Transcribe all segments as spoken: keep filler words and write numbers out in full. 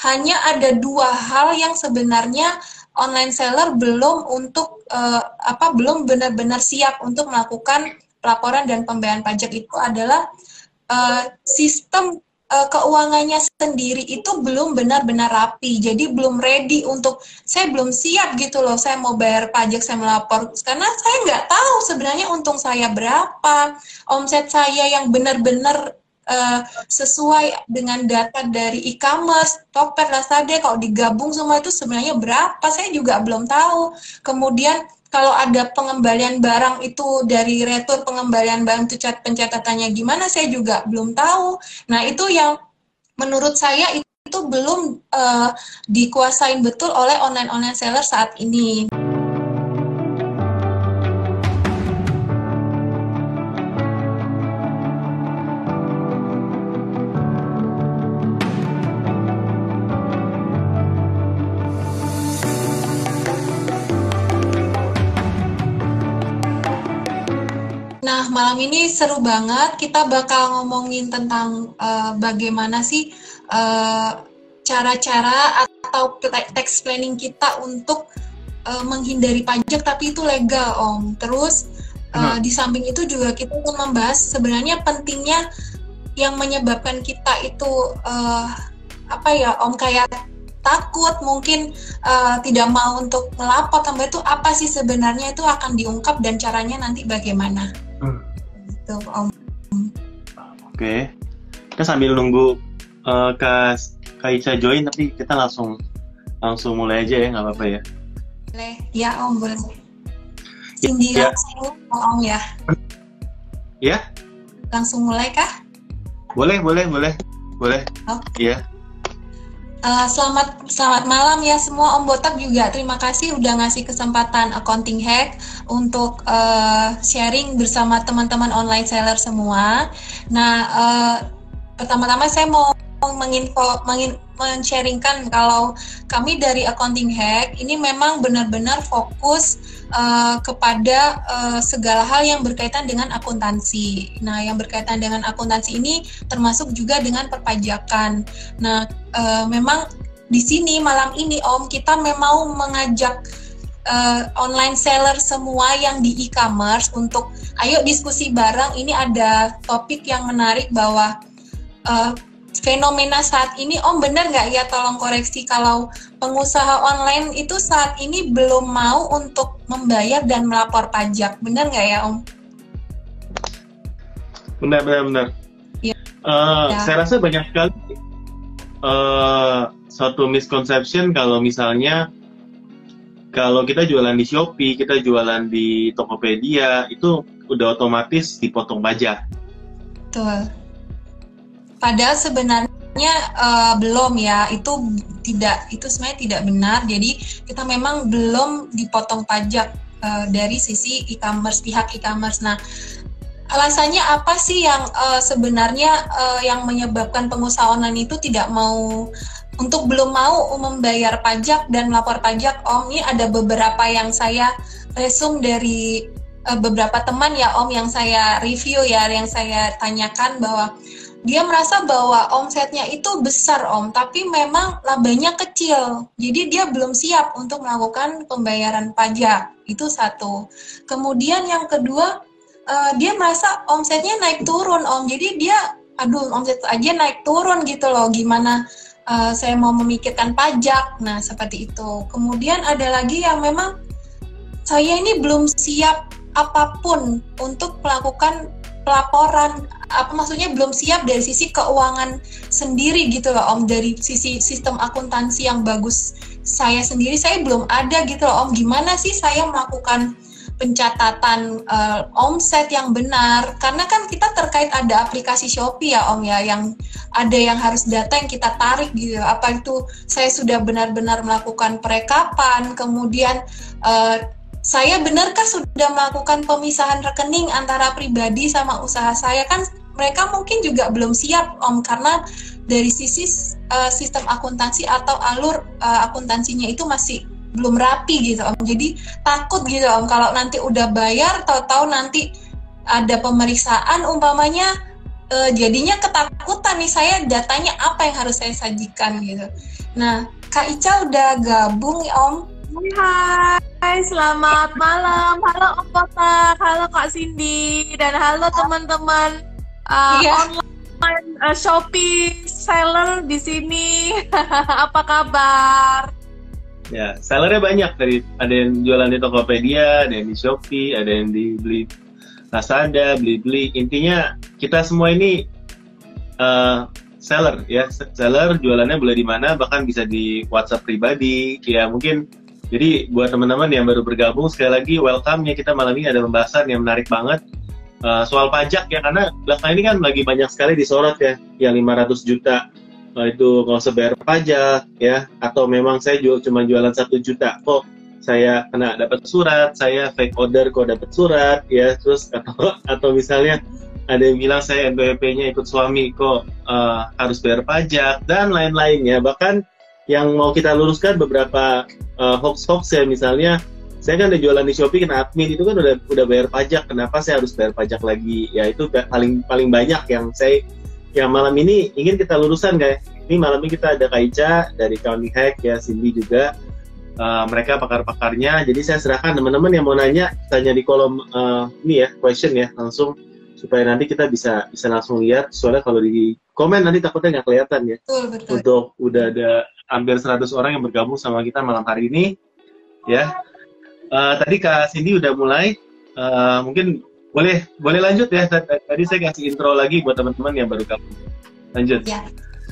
hanya ada dua hal yang sebenarnya online seller belum untuk uh, apa belum benar-benar siap untuk melakukan pelaporan dan pembayaran pajak. Itu adalah uh, sistem uh, keuangannya sendiri itu belum benar-benar rapi, jadi belum ready untuk, saya belum siap gitu loh, saya mau bayar pajak, saya melapor, karena saya nggak tahu sebenarnya untung saya berapa, omset saya yang benar-benar uh, sesuai dengan data dari e-commerce, Tokped, Lazada, kalau digabung semua itu sebenarnya berapa, saya juga belum tahu. Kemudian kalau ada pengembalian barang itu dari retur pengembalian barang itu pencatatannya gimana, saya juga belum tahu. Nah, itu yang menurut saya itu, itu belum uh, dikuasain betul oleh online-online seller saat ini. Nah, malam ini seru banget. Kita bakal ngomongin tentang uh, bagaimana sih cara-cara uh, atau tax planning kita untuk uh, menghindari pajak, tapi itu legal, Om. Terus uh, di samping itu juga kita akan membahas sebenarnya pentingnya yang menyebabkan kita itu uh, apa ya, Om, kayak takut, mungkin uh, tidak mau untuk melapor tambah itu apa sih sebenarnya, itu akan diungkap dan caranya nanti bagaimana. Hmm. Gitu, Om. Oke, kita sambil nunggu uh, Kak Kaisa join, tapi kita langsung langsung mulai aja ya, nggak apa-apa ya? Boleh, ya Om, boleh. Cindy ya, langsung, Om ya. Ya? Langsung mulai kah? Boleh, boleh, boleh, boleh. Oke. Ya. Uh, selamat selamat malam ya semua, Om Botak juga terima kasih udah ngasih kesempatan Accounting Hack untuk uh, sharing bersama teman-teman online seller semua. Nah, uh, pertama-tama saya mau menginfo mengin, men-sharingkan kalau kami dari Accounting Hack ini memang benar-benar fokus uh, kepada uh, segala hal yang berkaitan dengan akuntansi. Nah, yang berkaitan dengan akuntansi ini termasuk juga dengan perpajakan. Nah, uh, memang di sini malam ini, Om, kita memang mengajak uh, online seller semua yang di e-commerce untuk ayo diskusi bareng. Ini ada topik yang menarik bahwa uh, fenomena saat ini, Om, benar nggak ya, tolong koreksi, kalau pengusaha online itu saat ini belum mau untuk membayar dan melapor pajak, benar nggak ya, Om? Benar, benar, benar. Ya. Uh, ya. Saya rasa banyak sekali uh, satu misconception kalau misalnya kalau kita jualan di Shopee, kita jualan di Tokopedia, itu udah otomatis dipotong pajak. Betul. Padahal sebenarnya uh, belum ya, itu tidak, itu sebenarnya tidak benar. Jadi kita memang belum dipotong pajak uh, dari sisi e-commerce, pihak e-commerce. Nah, alasannya apa sih yang uh, sebenarnya uh, yang menyebabkan pengusaha online itu tidak mau untuk belum mau membayar pajak dan melapor pajak, Om? Ini ada beberapa yang saya resume dari uh, beberapa teman ya, Om, yang saya review ya, yang saya tanyakan bahwa dia merasa bahwa omsetnya itu besar, Om, tapi memang labanya kecil. Jadi dia belum siap untuk melakukan pembayaran pajak. Itu satu. Kemudian yang kedua, uh, dia merasa omsetnya naik turun, Om. Jadi dia, aduh, omset aja naik turun gitu loh. Gimana uh, saya mau memikirkan pajak? Nah, seperti itu. Kemudian ada lagi yang memang saya ini belum siap apapun untuk melakukan pelaporan, apa maksudnya belum siap dari sisi keuangan sendiri gitu loh, Om, dari sisi sistem akuntansi yang bagus saya sendiri saya belum ada gitu loh, Om. Gimana sih saya melakukan pencatatan uh, omset yang benar, karena kan kita terkait ada aplikasi Shopee ya, Om ya, yang ada yang harus data yang kita tarik gitu, apa itu saya sudah benar-benar melakukan perekapan, kemudian uh, saya benarkah sudah melakukan pemisahan rekening antara pribadi sama usaha saya, kan mereka mungkin juga belum siap, Om, karena dari sisi uh, sistem akuntansi atau alur uh, akuntansinya itu masih belum rapi gitu, Om. Jadi takut gitu, Om, kalau nanti udah bayar, tahu-tahu nanti ada pemeriksaan umpamanya, uh, jadinya ketakutan nih, saya datanya apa yang harus saya sajikan gitu. Nah, Kak Ica udah gabung ya Om? Hai, selamat malam. Halo Om Botak, halo Kak Cindy, dan halo teman-teman uh, Iya. online uh, Shopee seller di sini. Apa kabar? Ya, sellernya banyak dari ada yang jualan di Tokopedia, ada yang di Shopee, ada yang di beli Lazada, beli-beli. Intinya kita semua ini uh, seller ya, seller jualannya boleh di mana, bahkan bisa di WhatsApp pribadi. Ya mungkin. Jadi buat teman-teman yang baru bergabung, sekali lagi welcome ya, kita malam ini ada pembahasan yang menarik banget uh, soal pajak ya, karena belakangan ini kan lagi banyak sekali disorot ya, yang lima ratus juta uh, itu nggak usah bayar pajak ya, atau memang saya jual cuma jualan satu juta kok saya kena dapat surat, saya fake order kok dapat surat ya, terus atau atau misalnya ada yang bilang saya N P W P-nya ikut suami kok uh, harus bayar pajak dan lain-lainnya. Bahkan yang mau kita luruskan beberapa uh, hoax-hoax ya, misalnya saya kan udah jualan di Shopee kena admin, itu kan udah udah bayar pajak, kenapa saya harus bayar pajak lagi? Ya itu paling paling banyak yang saya yang malam ini ingin kita luruskan guys. Ini malam ini kita ada Kak Ica dari Accounting Hack ya, Cindy juga, uh, mereka pakar-pakarnya. Jadi saya serahkan teman-teman yang mau nanya, tanya di kolom uh, ini ya, question ya, langsung supaya nanti kita bisa bisa langsung lihat. Soalnya kalau di komen nanti takutnya nggak kelihatan ya. Betul, betul. Untuk udah ada hampir seratus orang yang bergabung sama kita malam hari ini ya. Uh, tadi Kak Cindy udah mulai, uh, mungkin boleh boleh lanjut ya. Tadi saya kasih intro lagi buat teman-teman yang baru gabung. Lanjut. Ya.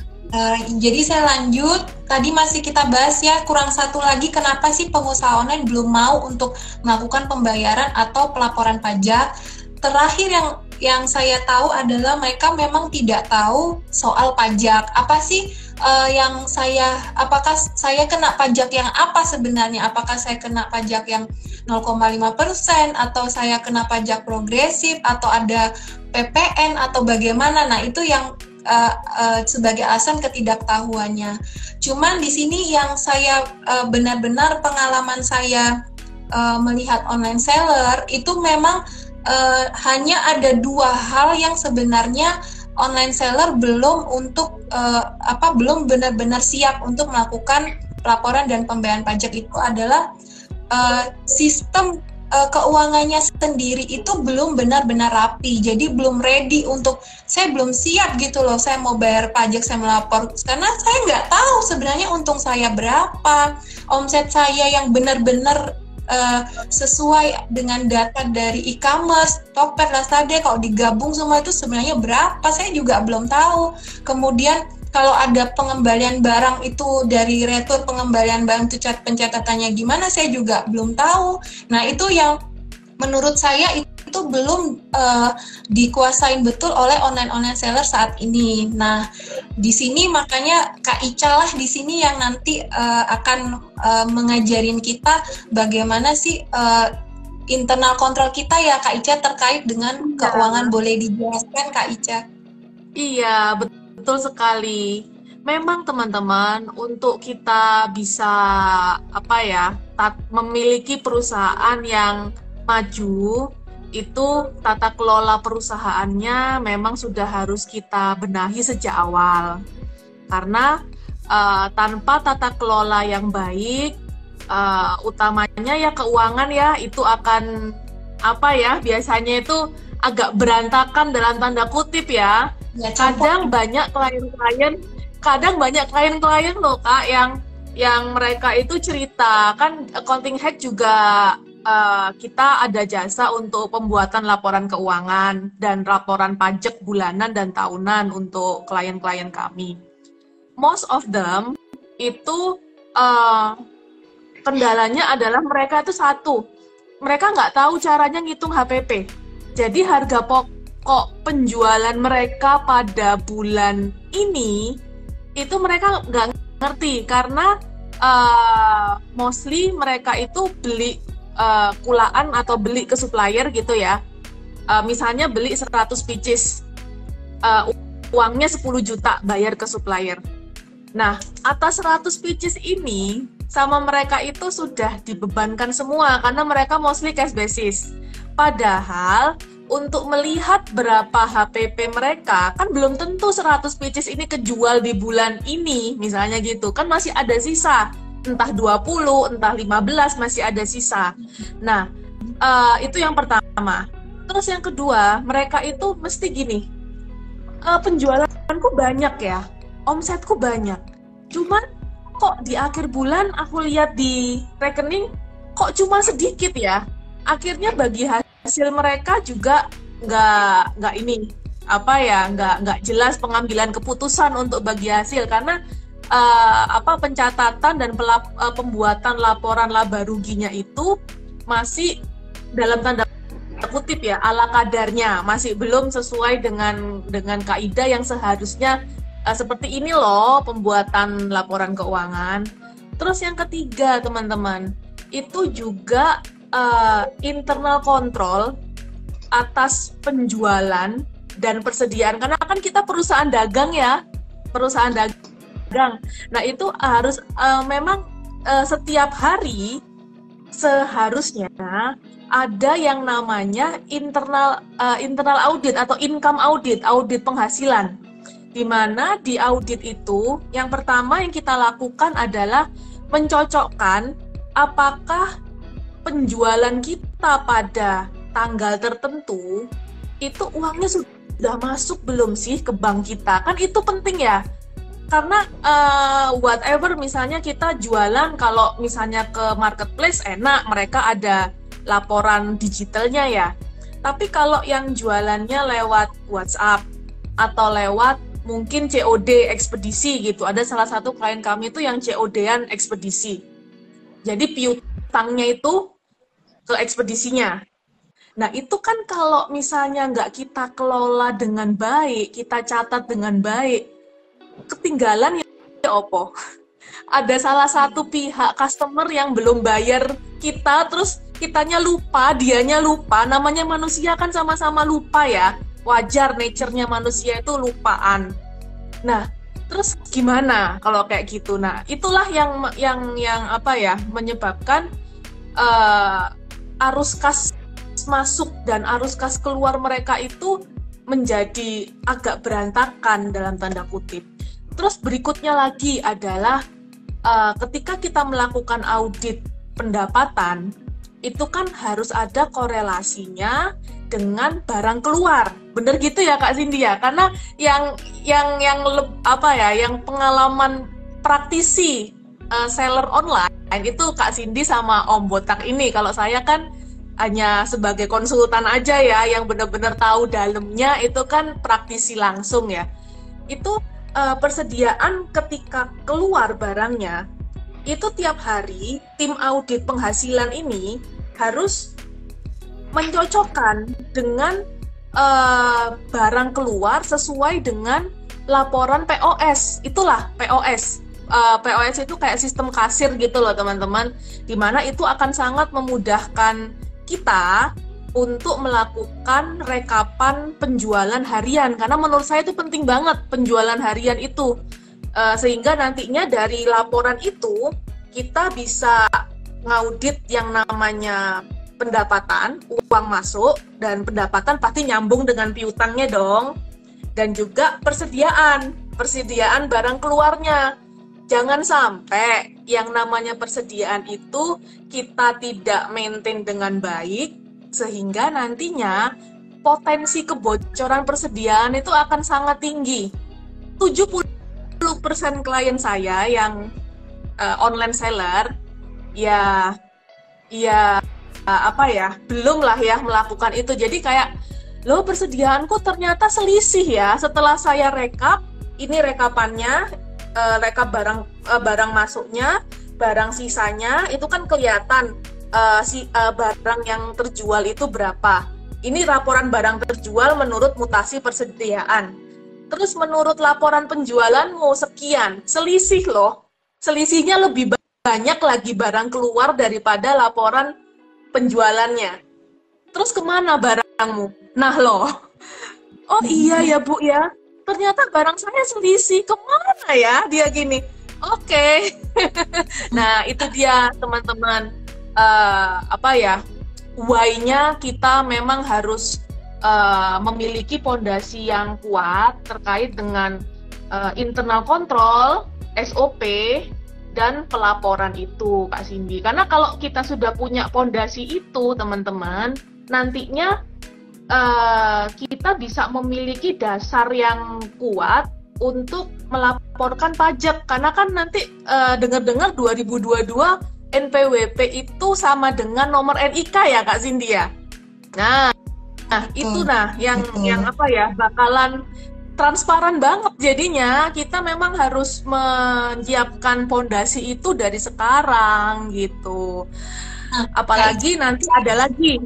Uh, jadi saya lanjut, tadi masih kita bahas ya, kurang satu lagi, kenapa sih pengusaha online belum mau untuk melakukan pembayaran atau pelaporan pajak. Terakhir yang yang saya tahu adalah mereka memang tidak tahu soal pajak. Apa sih uh, yang saya, apakah saya kena pajak yang apa sebenarnya? Apakah saya kena pajak yang nol koma lima persen atau saya kena pajak progresif atau ada P P N atau bagaimana? Nah, itu yang uh, uh, sebagai alasan ketidaktahuannya. Cuman di sini yang saya uh, benar-benar pengalaman saya uh, melihat online seller itu memang Uh, hanya ada dua hal yang sebenarnya online seller belum untuk uh, apa belum benar-benar siap untuk melakukan laporan dan pembayaran pajak. Itu adalah uh, sistem uh, keuangannya sendiri itu belum benar-benar rapi, jadi belum ready untuk, saya belum siap gitu loh, saya mau bayar pajak, saya melapor karena saya nggak tahu sebenarnya untung saya berapa, omset saya yang benar-benar Uh, sesuai dengan data dari e-commerce, Tokped, Lazada, kalau digabung semua itu sebenarnya berapa, saya juga belum tahu. Kemudian kalau ada pengembalian barang itu dari retur pengembalian barang itu pencatatannya gimana, saya juga belum tahu. Nah itu yang menurut saya itu, itu belum uh, dikuasain betul oleh online-online seller saat ini. Nah, di sini makanya Kak Ica lah di sini yang nanti uh, akan uh, mengajarin kita bagaimana sih uh, internal kontrol kita ya Kak Ica terkait dengan ya. Keuangan. Boleh dijelaskan Kak Ica? Iya, betul sekali. Memang teman-teman, untuk kita bisa apa ya, tat- memiliki perusahaan yang maju, itu tata kelola perusahaannya memang sudah harus kita benahi sejak awal. Karena uh, tanpa tata kelola yang baik, uh, utamanya ya keuangan ya, itu akan apa ya, biasanya itu agak berantakan dalam tanda kutip ya. Ya kadang banyak klien-klien, kadang banyak klien-klien loh Kak yang yang mereka itu cerita, kan Accounting Hack juga Uh, kita ada jasa untuk pembuatan laporan keuangan dan laporan pajak bulanan dan tahunan untuk klien-klien kami. Most of them itu uh, kendalanya adalah mereka itu satu, mereka nggak tahu caranya ngitung H P P. Jadi harga pokok penjualan mereka pada bulan ini itu mereka nggak ngerti karena uh, mostly mereka itu beli Uh, kulaan atau beli ke supplier gitu ya, uh, misalnya beli seratus pieces, uh, uangnya sepuluh juta bayar ke supplier. Nah, atas seratus pieces ini sama mereka itu sudah dibebankan semua karena mereka mostly cash basis. Padahal untuk melihat berapa H P P mereka, kan belum tentu seratus pieces ini kejual di bulan ini, misalnya gitu. Kan masih ada sisa, entah dua puluh, entah lima belas, masih ada sisa. Nah, uh, itu yang pertama. Terus yang kedua, mereka itu mesti gini, uh, penjualanku banyak ya, omsetku banyak. Cuman kok di akhir bulan aku lihat di rekening, kok cuma sedikit ya. Akhirnya bagi hasil mereka juga nggak nggak ini apa ya nggak nggak jelas pengambilan keputusan untuk bagi hasil karena uh, apa pencatatan dan pelap, uh, pembuatan laporan laba ruginya itu masih dalam tanda kutip ya ala kadarnya, masih belum sesuai dengan dengan kaidah yang seharusnya uh, seperti ini loh pembuatan laporan keuangan. Terus yang ketiga teman-teman, itu juga Uh, internal control atas penjualan dan persediaan, karena kan kita perusahaan dagang ya, perusahaan dagang. Nah itu harus uh, memang uh, setiap hari seharusnya ada yang namanya internal uh, internal audit atau income audit, audit penghasilan. Di mana di audit itu yang pertama yang kita lakukan adalah mencocokkan apakah penjualan kita pada tanggal tertentu itu uangnya sudah masuk belum sih ke bank kita, kan itu penting ya, karena uh, whatever misalnya kita jualan, kalau misalnya ke marketplace enak mereka ada laporan digitalnya ya, tapi kalau yang jualannya lewat WhatsApp atau lewat mungkin C O D ekspedisi gitu, ada salah satu klien kami itu yang C O D-an ekspedisi, jadi piutangnya itu ke ekspedisinya. Nah itu kan kalau misalnya nggak kita kelola dengan baik, kita catat dengan baik, ketinggalan ya opo. Ada salah satu pihak customer yang belum bayar kita, terus kitanya lupa, dianya lupa, namanya manusia kan sama-sama lupa ya, wajar nature-nya manusia itu lupaan. Nah terus gimana kalau kayak gitu? Nah itulah yang yang yang apa ya menyebabkan uh, arus kas masuk dan arus kas keluar mereka itu menjadi agak berantakan dalam tanda kutip. Terus berikutnya lagi adalah uh, ketika kita melakukan audit pendapatan, itu kan harus ada korelasinya dengan barang keluar. Bener gitu ya Kak Cindy ya? Karena yang yang yang apa ya, yang pengalaman praktisi Uh, seller online itu Kak Cindy sama Om Botak ini. Kalau saya kan hanya sebagai konsultan aja ya, yang benar-benar tahu dalamnya itu kan praktisi langsung ya. Itu uh, persediaan ketika keluar barangnya, itu tiap hari tim audit penghasilan ini harus mencocokkan dengan uh, barang keluar sesuai dengan laporan P O S. Itulah P O S. Uh, P O S itu kayak sistem kasir gitu loh teman-teman, dimana itu akan sangat memudahkan kita untuk melakukan rekapan penjualan harian, karena menurut saya itu penting banget penjualan harian itu, uh, sehingga nantinya dari laporan itu kita bisa ngaudit yang namanya pendapatan, uang masuk, dan pendapatan pasti nyambung dengan piutangnya dong, dan juga persediaan, persediaan barang keluarnya. Jangan sampai yang namanya persediaan itu kita tidak maintain dengan baik, sehingga nantinya potensi kebocoran persediaan itu akan sangat tinggi. tujuh puluh persen klien saya yang uh, online seller, ya, ya uh, apa ya, belum lah ya melakukan itu. Jadi kayak, loh persediaanku ternyata selisih ya, setelah saya rekap, ini rekapannya, Uh, rekap barang uh, barang masuknya, barang sisanya, itu kan kelihatan uh, si uh, barang yang terjual itu berapa. Ini laporan barang terjual menurut mutasi persediaan. Terus menurut laporan penjualanmu sekian, selisih loh. Selisihnya lebih banyak lagi barang keluar daripada laporan penjualannya. Terus kemana barangmu? Nah loh, oh iya ya Bu ya, ternyata barang saya selisih, kemana ya dia gini. Oke, okay. Nah itu dia teman-teman, uh, apa ya, why-nya kita memang harus uh, memiliki pondasi yang kuat terkait dengan uh, internal control, S O P, dan pelaporan itu, Kak Cindy. Karena kalau kita sudah punya pondasi itu, teman-teman, nantinya uh, kita bisa memiliki dasar yang kuat untuk melaporkan pajak. Karena kan nanti uh, dengar-dengar dua ribu dua puluh dua N P W P itu sama dengan nomor N I K ya, Kak Cindy ya. Nah, nah itu nah yang Betul. yang apa ya bakalan transparan banget jadinya. Kita memang harus menyiapkan pondasi itu dari sekarang gitu. Nah, apalagi Kak nanti ada lagi.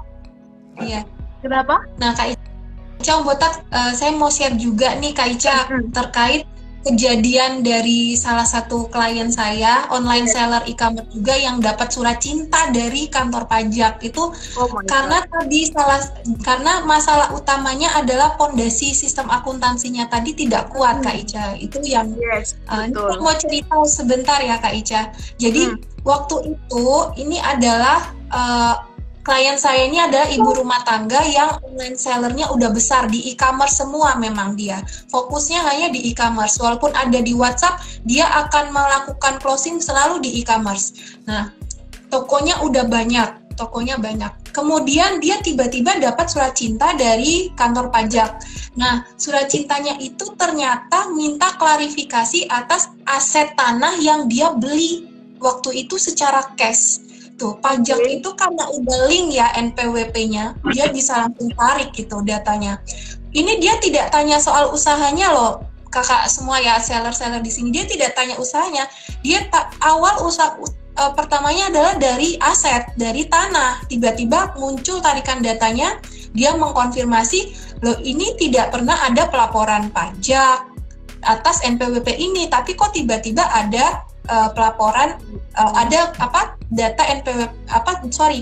Iya. Kenapa? Nah, Kak Ica Botak, uh, saya mau share juga nih Kak Ica hmm. terkait kejadian dari salah satu klien saya, online seller e-commerce juga yang dapat surat cinta dari kantor pajak itu oh karena tadi salah karena masalah utamanya adalah pondasi sistem akuntansinya tadi tidak kuat hmm. Kak Ica. Itu yang yes, uh, ini mau cerita sebentar ya Kak Ica. Jadi hmm. waktu itu ini adalah uh, klien saya ini adalah ibu rumah tangga yang online sellernya udah besar di e-commerce semua memang dia. Fokusnya hanya di e-commerce. Walaupun ada di WhatsApp, dia akan melakukan closing selalu di e-commerce. Nah, tokonya udah banyak, tokonya banyak. Kemudian dia tiba-tiba dapat surat cinta dari kantor pajak. Nah, surat cintanya itu ternyata minta klarifikasi atas aset tanah yang dia beli waktu itu secara cash. Tuh, pajak okay. itu karena udah link ya N P W P-nya, dia bisa langsung tarik gitu datanya. Ini dia tidak tanya soal usahanya loh, kakak semua ya seller-seller di sini. Dia tidak tanya usahanya. Dia tak awal usaha uh, pertamanya adalah dari aset, dari tanah. Tiba-tiba muncul tarikan datanya, dia mengkonfirmasi, loh ini tidak pernah ada pelaporan pajak atas N P W P ini, tapi kok tiba-tiba ada uh, pelaporan uh, ada apa? data N P W P apa sorry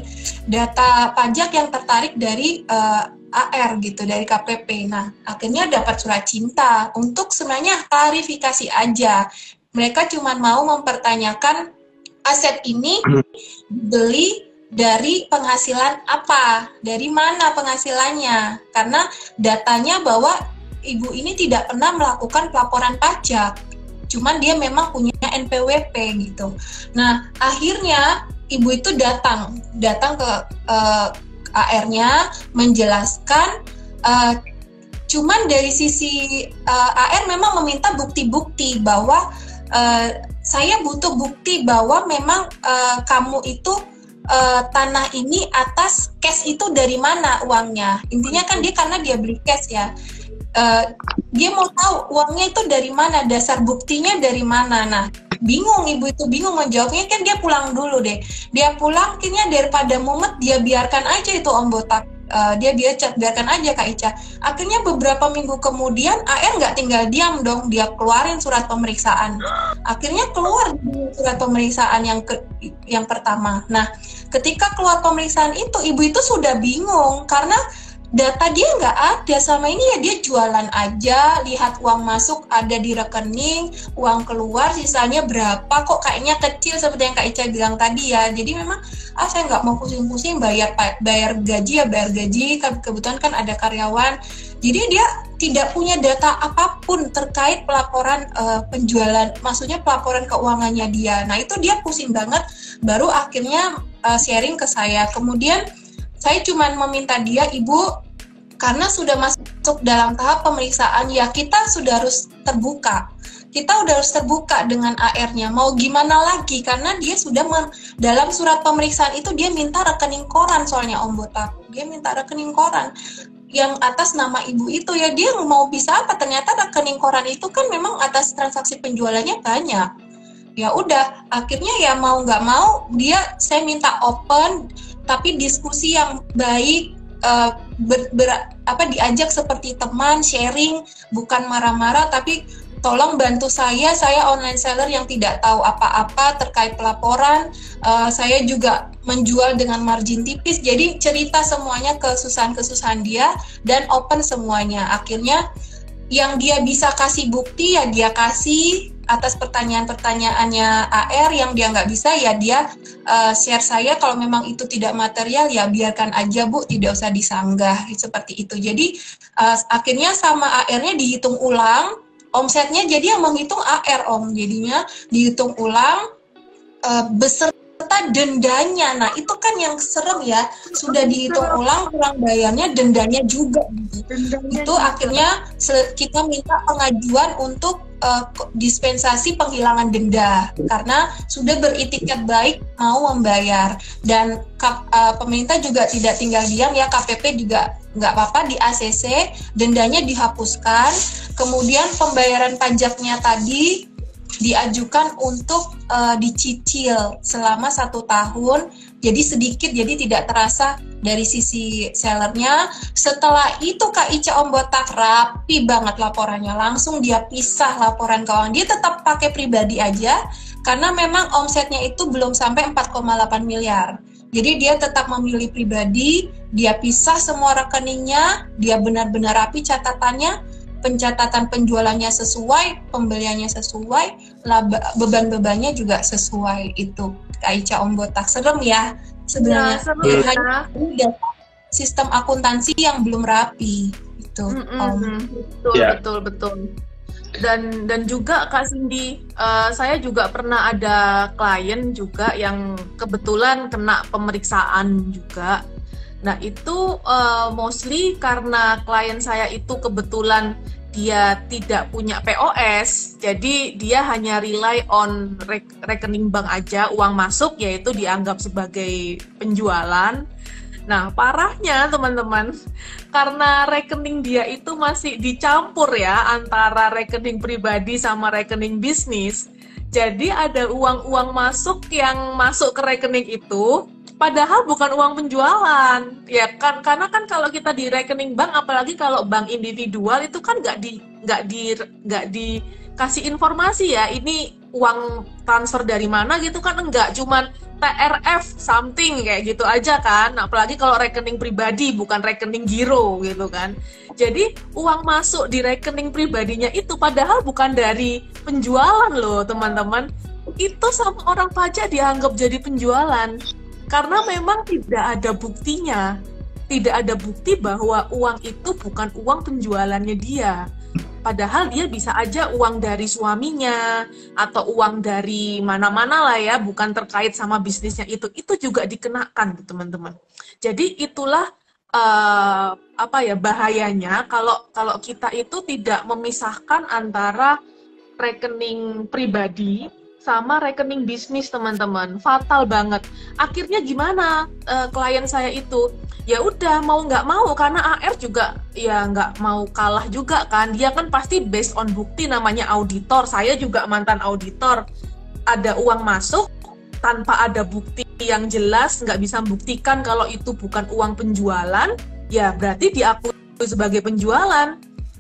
data pajak yang tertarik dari uh, A R gitu dari K P P. Nah akhirnya dapat surat cinta untuk sebenarnya klarifikasi aja. Mereka cuma mau mempertanyakan aset ini dibeli dari penghasilan apa, dari mana penghasilannya, karena datanya bahwa ibu ini tidak pernah melakukan pelaporan pajak. Cuman dia memang punya N P W P gitu. Nah, akhirnya ibu itu datang, datang ke uh, A R-nya menjelaskan. Uh, cuman dari sisi uh, A R memang meminta bukti-bukti bahwa uh, saya butuh bukti bahwa memang uh, kamu itu uh, tanah ini atas cash itu dari mana uangnya. Intinya kan dia karena dia beli cash ya. Uh, dia mau tahu uangnya itu dari mana, dasar buktinya dari mana. Nah, bingung ibu itu bingung menjawabnya, kan dia pulang dulu deh. Dia pulang, akhirnya daripada mumet dia biarkan aja itu Om Botak. Uh, dia biar biarkan aja Kak Ica. Akhirnya beberapa minggu kemudian A R nggak tinggal diam dong, dia keluarin surat pemeriksaan. Akhirnya keluar surat pemeriksaan yang ke, yang pertama. Nah, ketika keluar pemeriksaan itu, ibu itu sudah bingung karena data dia nggak ada. Selama ini ya dia jualan aja, lihat uang masuk ada di rekening, uang keluar sisanya berapa, kok kayaknya kecil seperti yang Kak Ica bilang tadi ya. Jadi memang ah saya nggak mau pusing-pusing bayar bayar gaji ya bayar gaji, kebetulan kan ada karyawan. Jadi dia tidak punya data apapun terkait pelaporan uh, penjualan, maksudnya pelaporan keuangannya dia. Nah itu dia pusing banget, baru akhirnya uh, sharing ke saya. Kemudian saya cuma meminta dia, ibu, karena sudah masuk dalam tahap pemeriksaan, ya kita sudah harus terbuka. Kita udah harus terbuka dengan A R-nya. Mau gimana lagi? Karena dia sudah men- dalam surat pemeriksaan itu dia minta rekening koran soalnya Om Botak. Dia minta rekening koran yang atas nama ibu itu ya. Dia mau bisa apa? Ternyata rekening koran itu kan memang atas transaksi penjualannya banyak. Ya udah, akhirnya ya mau nggak mau dia saya minta open. Tapi diskusi yang baik, uh, ber, ber, apa diajak seperti teman, sharing, bukan marah-marah, tapi tolong bantu saya, saya online seller yang tidak tahu apa-apa terkait pelaporan, uh, saya juga menjual dengan margin tipis, jadi cerita semuanya kesusahan-kesusahan dia, dan open semuanya. Akhirnya yang dia bisa kasih bukti ya dia kasih, atas pertanyaan-pertanyaannya A R, yang dia nggak bisa ya dia uh, share saya kalau memang itu tidak material ya biarkan aja Bu, tidak usah disanggah seperti itu. Jadi uh, akhirnya sama A R-nya dihitung ulang, omsetnya jadi yang menghitung A R Om, jadinya dihitung ulang uh, beserta dendanya. Nah itu kan yang serem ya, sudah dihitung ulang kurang bayarnya, dendanya juga. Dendanya itu juga. Akhirnya kita minta pengajuan untuk uh, dispensasi penghilangan denda karena sudah beritikat baik mau membayar. Dan uh, pemerintah juga tidak tinggal diam ya, K P P juga nggak apa-apa di A C C, dendanya dihapuskan, kemudian pembayaran pajaknya tadi diajukan untuk uh, dicicil selama satu tahun, jadi sedikit, jadi tidak terasa dari sisi sellernya. Setelah itu Kak Ica Om Botak rapi banget laporannya, langsung dia pisah laporan keuangan, dia tetap pakai pribadi aja karena memang omsetnya itu belum sampai empat koma delapan miliar. Jadi dia tetap memilih pribadi, dia pisah semua rekeningnya, dia benar-benar rapi catatannya, pencatatan penjualannya sesuai, pembeliannya sesuai, laba, beban-bebannya juga sesuai. Itu Kak Ica Om Botak, serem ya sebenarnya. Ya, serem ya. Hanya sistem akuntansi yang belum rapi itu. Mm-hmm. Om. Betul, yeah. betul, betul. Dan dan juga Kak Cindy, uh, saya juga pernah ada klien juga yang kebetulan kena pemeriksaan juga. Nah itu uh, mostly karena klien saya itu kebetulan dia tidak punya P O S, jadi dia hanya rely on re- rekening bank aja, uang masuk yaitu dianggap sebagai penjualan. Nah parahnya teman-teman, karena rekening dia itu masih dicampur ya antara rekening pribadi sama rekening bisnis, jadi ada uang-uang masuk yang masuk ke rekening itu padahal bukan uang penjualan, ya kan? Karena kan kalau kita di rekening bank, apalagi kalau bank individual itu kan nggak di nggak di nggak dikasih informasi ya, ini uang transfer dari mana gitu kan, enggak, cuman T R F something kayak gitu aja kan. Apalagi kalau rekening pribadi bukan rekening giro gitu kan. Jadi uang masuk di rekening pribadinya itu padahal bukan dari penjualan loh teman-teman. Itu sama orang pajak dianggap jadi penjualan. Karena memang tidak ada buktinya, tidak ada bukti bahwa uang itu bukan uang penjualannya dia. Padahal dia bisa aja uang dari suaminya, atau uang dari mana-mana lah ya, bukan terkait sama bisnisnya itu. Itu juga dikenakan teman-teman. Jadi itulah uh, apa ya bahayanya kalau kalau kita itu tidak memisahkan antara rekening pribadi sama rekening bisnis teman-teman, fatal banget. Akhirnya gimana uh, klien saya itu? Ya udah mau nggak mau karena A R juga ya nggak mau kalah juga kan. Dia kan pasti based on bukti, namanya auditor. Saya juga mantan auditor. Ada uang masuk tanpa ada bukti yang jelas, nggak bisa membuktikan kalau itu bukan uang penjualan, ya berarti diakui sebagai penjualan.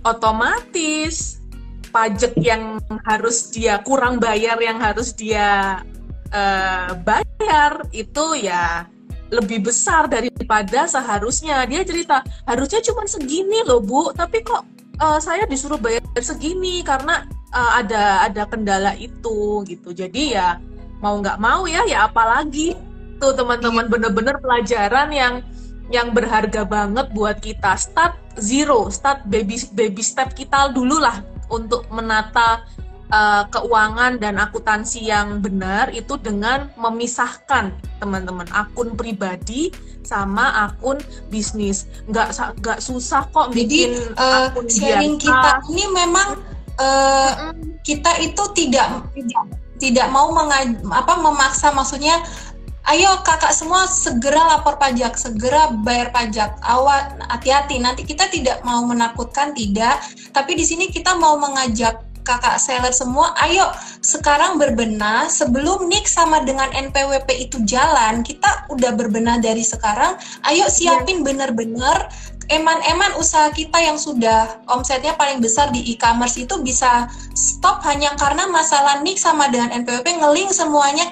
Otomatis pajak yang harus dia kurang bayar, yang harus dia uh, bayar itu ya lebih besar daripada seharusnya. Dia cerita harusnya cuma segini loh Bu, tapi kok uh, saya disuruh bayar segini karena uh, ada ada kendala itu gitu. Jadi ya mau nggak mau ya ya apalagi tuh teman-teman, bener-bener pelajaran yang yang berharga banget buat kita. Start zero, start baby baby step kita dulu lah untuk menata uh, keuangan dan akuntansi yang benar itu dengan memisahkan teman-teman akun pribadi sama akun bisnis. Nggak nggak susah kok bikin Jadi, uh, akun sharing biasa. Kita ini memang uh, mm-hmm. kita itu tidak tidak tidak mau mengaj- apa memaksa, maksudnya ayo kakak semua segera lapor pajak, segera bayar pajak. Awas, hati-hati. Nanti kita tidak mau menakutkan, tidak. Tapi di sini kita mau mengajak kakak seller semua, ayo sekarang berbenah sebelum N I K sama dengan N P W P itu jalan. Kita udah berbenah dari sekarang. Ayo siapin bener-bener eman-eman usaha kita yang sudah omsetnya paling besar di e-commerce itu bisa stop hanya karena masalah N I K sama dengan N P W P ngeling semuanya ke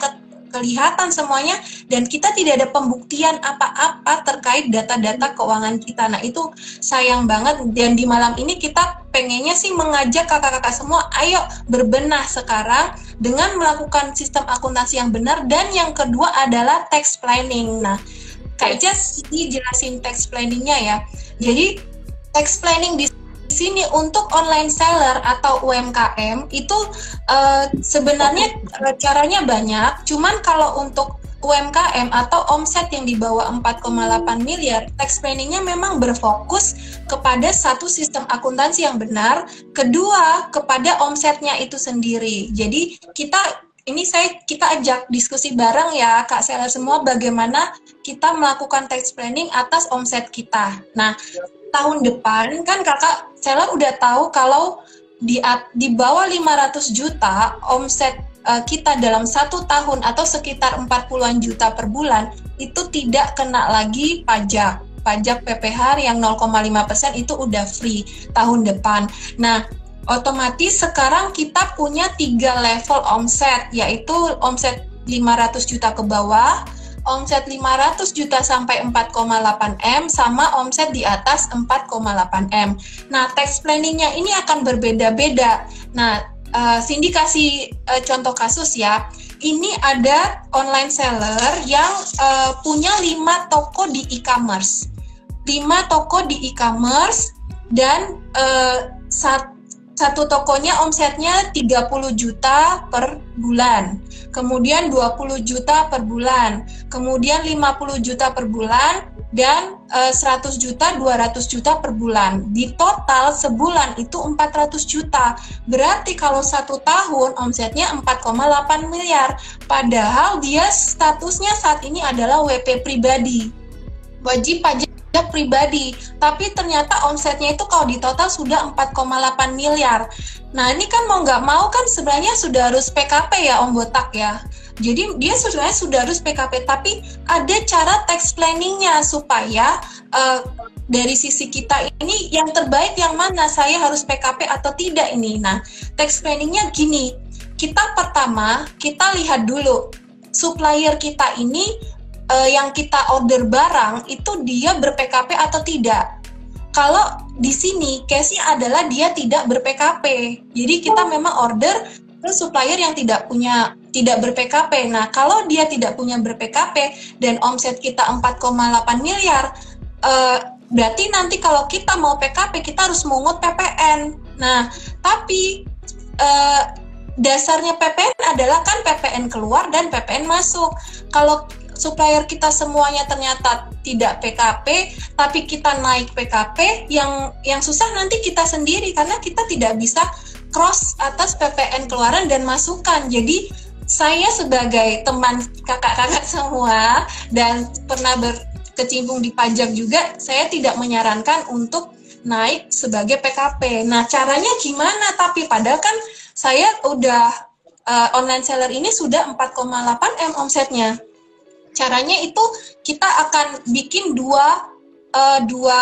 kelihatan semuanya dan kita tidak ada pembuktian apa-apa terkait data-data keuangan kita. Nah itu sayang banget, dan di malam ini kita pengennya sih mengajak kakak-kakak semua, ayo berbenah sekarang dengan melakukan sistem akuntansi yang benar. Dan yang kedua adalah tax planning. Nah Kak Jas dijelasin tax planningnya ya. Jadi tax planning di sini untuk online seller atau U M K M itu uh, sebenarnya uh, caranya banyak. Cuman kalau untuk U M K M atau omset yang di bawah empat koma delapan miliar, tax planningnya memang berfokus kepada satu sistem akuntansi yang benar, kedua kepada omsetnya itu sendiri. Jadi kita ini saya kita ajak diskusi bareng ya Kak seller semua, bagaimana kita melakukan tax planning atas omset kita. Nah tahun depan kan kakak seller udah tahu kalau di di bawah lima ratus juta omset uh, kita dalam satu tahun atau sekitar empat puluhan juta per bulan itu tidak kena lagi pajak. Pajak P P H yang nol koma lima persen itu udah free tahun depan. Nah, otomatis sekarang kita punya tiga level omset, yaitu omset lima ratus juta ke bawah, omset lima ratus juta sampai empat koma delapan M, sama omset di atas empat koma delapan M. Nah, tax planningnya ini akan berbeda-beda. Nah, uh, Cindy kasih uh, contoh kasus ya. Ini ada online seller yang uh, punya lima toko di e-commerce. lima toko di e-commerce dan uh, satu Satu tokonya omsetnya tiga puluh juta per bulan, kemudian dua puluh juta per bulan, kemudian lima puluh juta per bulan, dan e, seratus juta, dua ratus juta per bulan. Di total sebulan itu empat ratus juta. Berarti kalau satu tahun omsetnya empat koma delapan miliar. Padahal dia statusnya saat ini adalah W P pribadi, wajib pajak pribadi, tapi ternyata omsetnya itu kalau di total sudah empat koma delapan miliar. Nah ini kan mau nggak mau kan sebenarnya sudah harus P K P ya Om Botak ya. Jadi dia sebenarnya sudah harus P K P, tapi ada cara tax planningnya supaya uh, dari sisi kita ini yang terbaik yang mana, saya harus P K P atau tidak ini. Nah tax planningnya gini, kita pertama kita lihat dulu supplier kita ini Uh, yang kita order barang itu dia ber-P K P atau tidak. Kalau di sini case-nya adalah dia tidak ber-P K P. Jadi kita memang order ke supplier yang tidak punya tidak ber-P K P. Nah, kalau dia tidak punya ber-P K P dan omset kita empat koma delapan miliar, uh, berarti nanti kalau kita mau P K P kita harus mungut P P N. Nah, tapi uh, dasarnya P P N adalah kan P P N keluar dan P P N masuk. Kalau supplier kita semuanya ternyata tidak P K P, tapi kita naik P K P, yang yang susah nanti kita sendiri karena kita tidak bisa cross atas P P N keluaran dan masukan. Jadi saya sebagai teman kakak-kakak semua dan pernah berkecimpung di pajak juga, saya tidak menyarankan untuk naik sebagai P K P. Nah caranya gimana? Tapi padahal kan saya udah uh, online seller ini sudah empat koma delapan M omsetnya. Caranya itu kita akan bikin dua uh, dua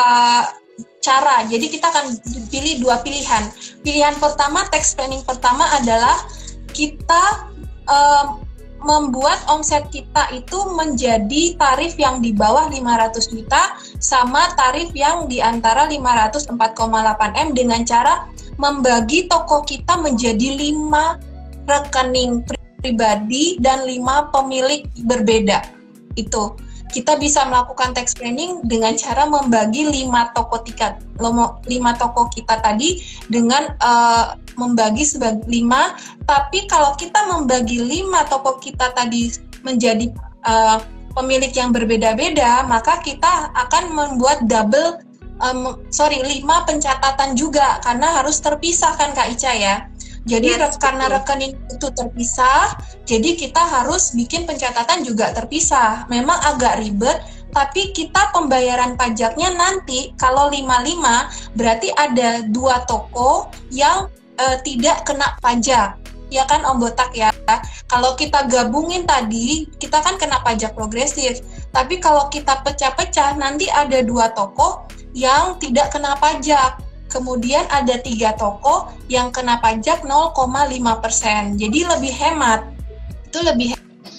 cara. Jadi kita akan pilih dua pilihan. Pilihan pertama, tax planning pertama adalah kita uh, membuat omset kita itu menjadi tarif yang di bawah lima ratus juta sama tarif yang di antara lima ratus empat koma delapan M dengan cara membagi toko kita menjadi lima rekening pribadi dan lima pemilik berbeda. Itu kita bisa melakukan tax planning dengan cara membagi lima toko tiket lima toko kita tadi dengan uh, membagi sebagai lima. Tapi kalau kita membagi lima toko kita tadi menjadi uh, pemilik yang berbeda-beda, maka kita akan membuat double um, sorry lima pencatatan juga karena harus terpisah kan Kak Ica ya. Jadi yes, karena rekening itu terpisah, jadi kita harus bikin pencatatan juga terpisah. Memang agak ribet, tapi kita pembayaran pajaknya nanti kalau lima puluh lima berarti ada dua toko yang uh, tidak kena pajak. Ya kan Om Botak ya. Kalau kita gabungin tadi, kita kan kena pajak progresif. Tapi kalau kita pecah-pecah, nanti ada dua toko yang tidak kena pajak. Kemudian ada tiga toko yang kena pajak nol koma lima persen. Jadi lebih hemat. Itu lebih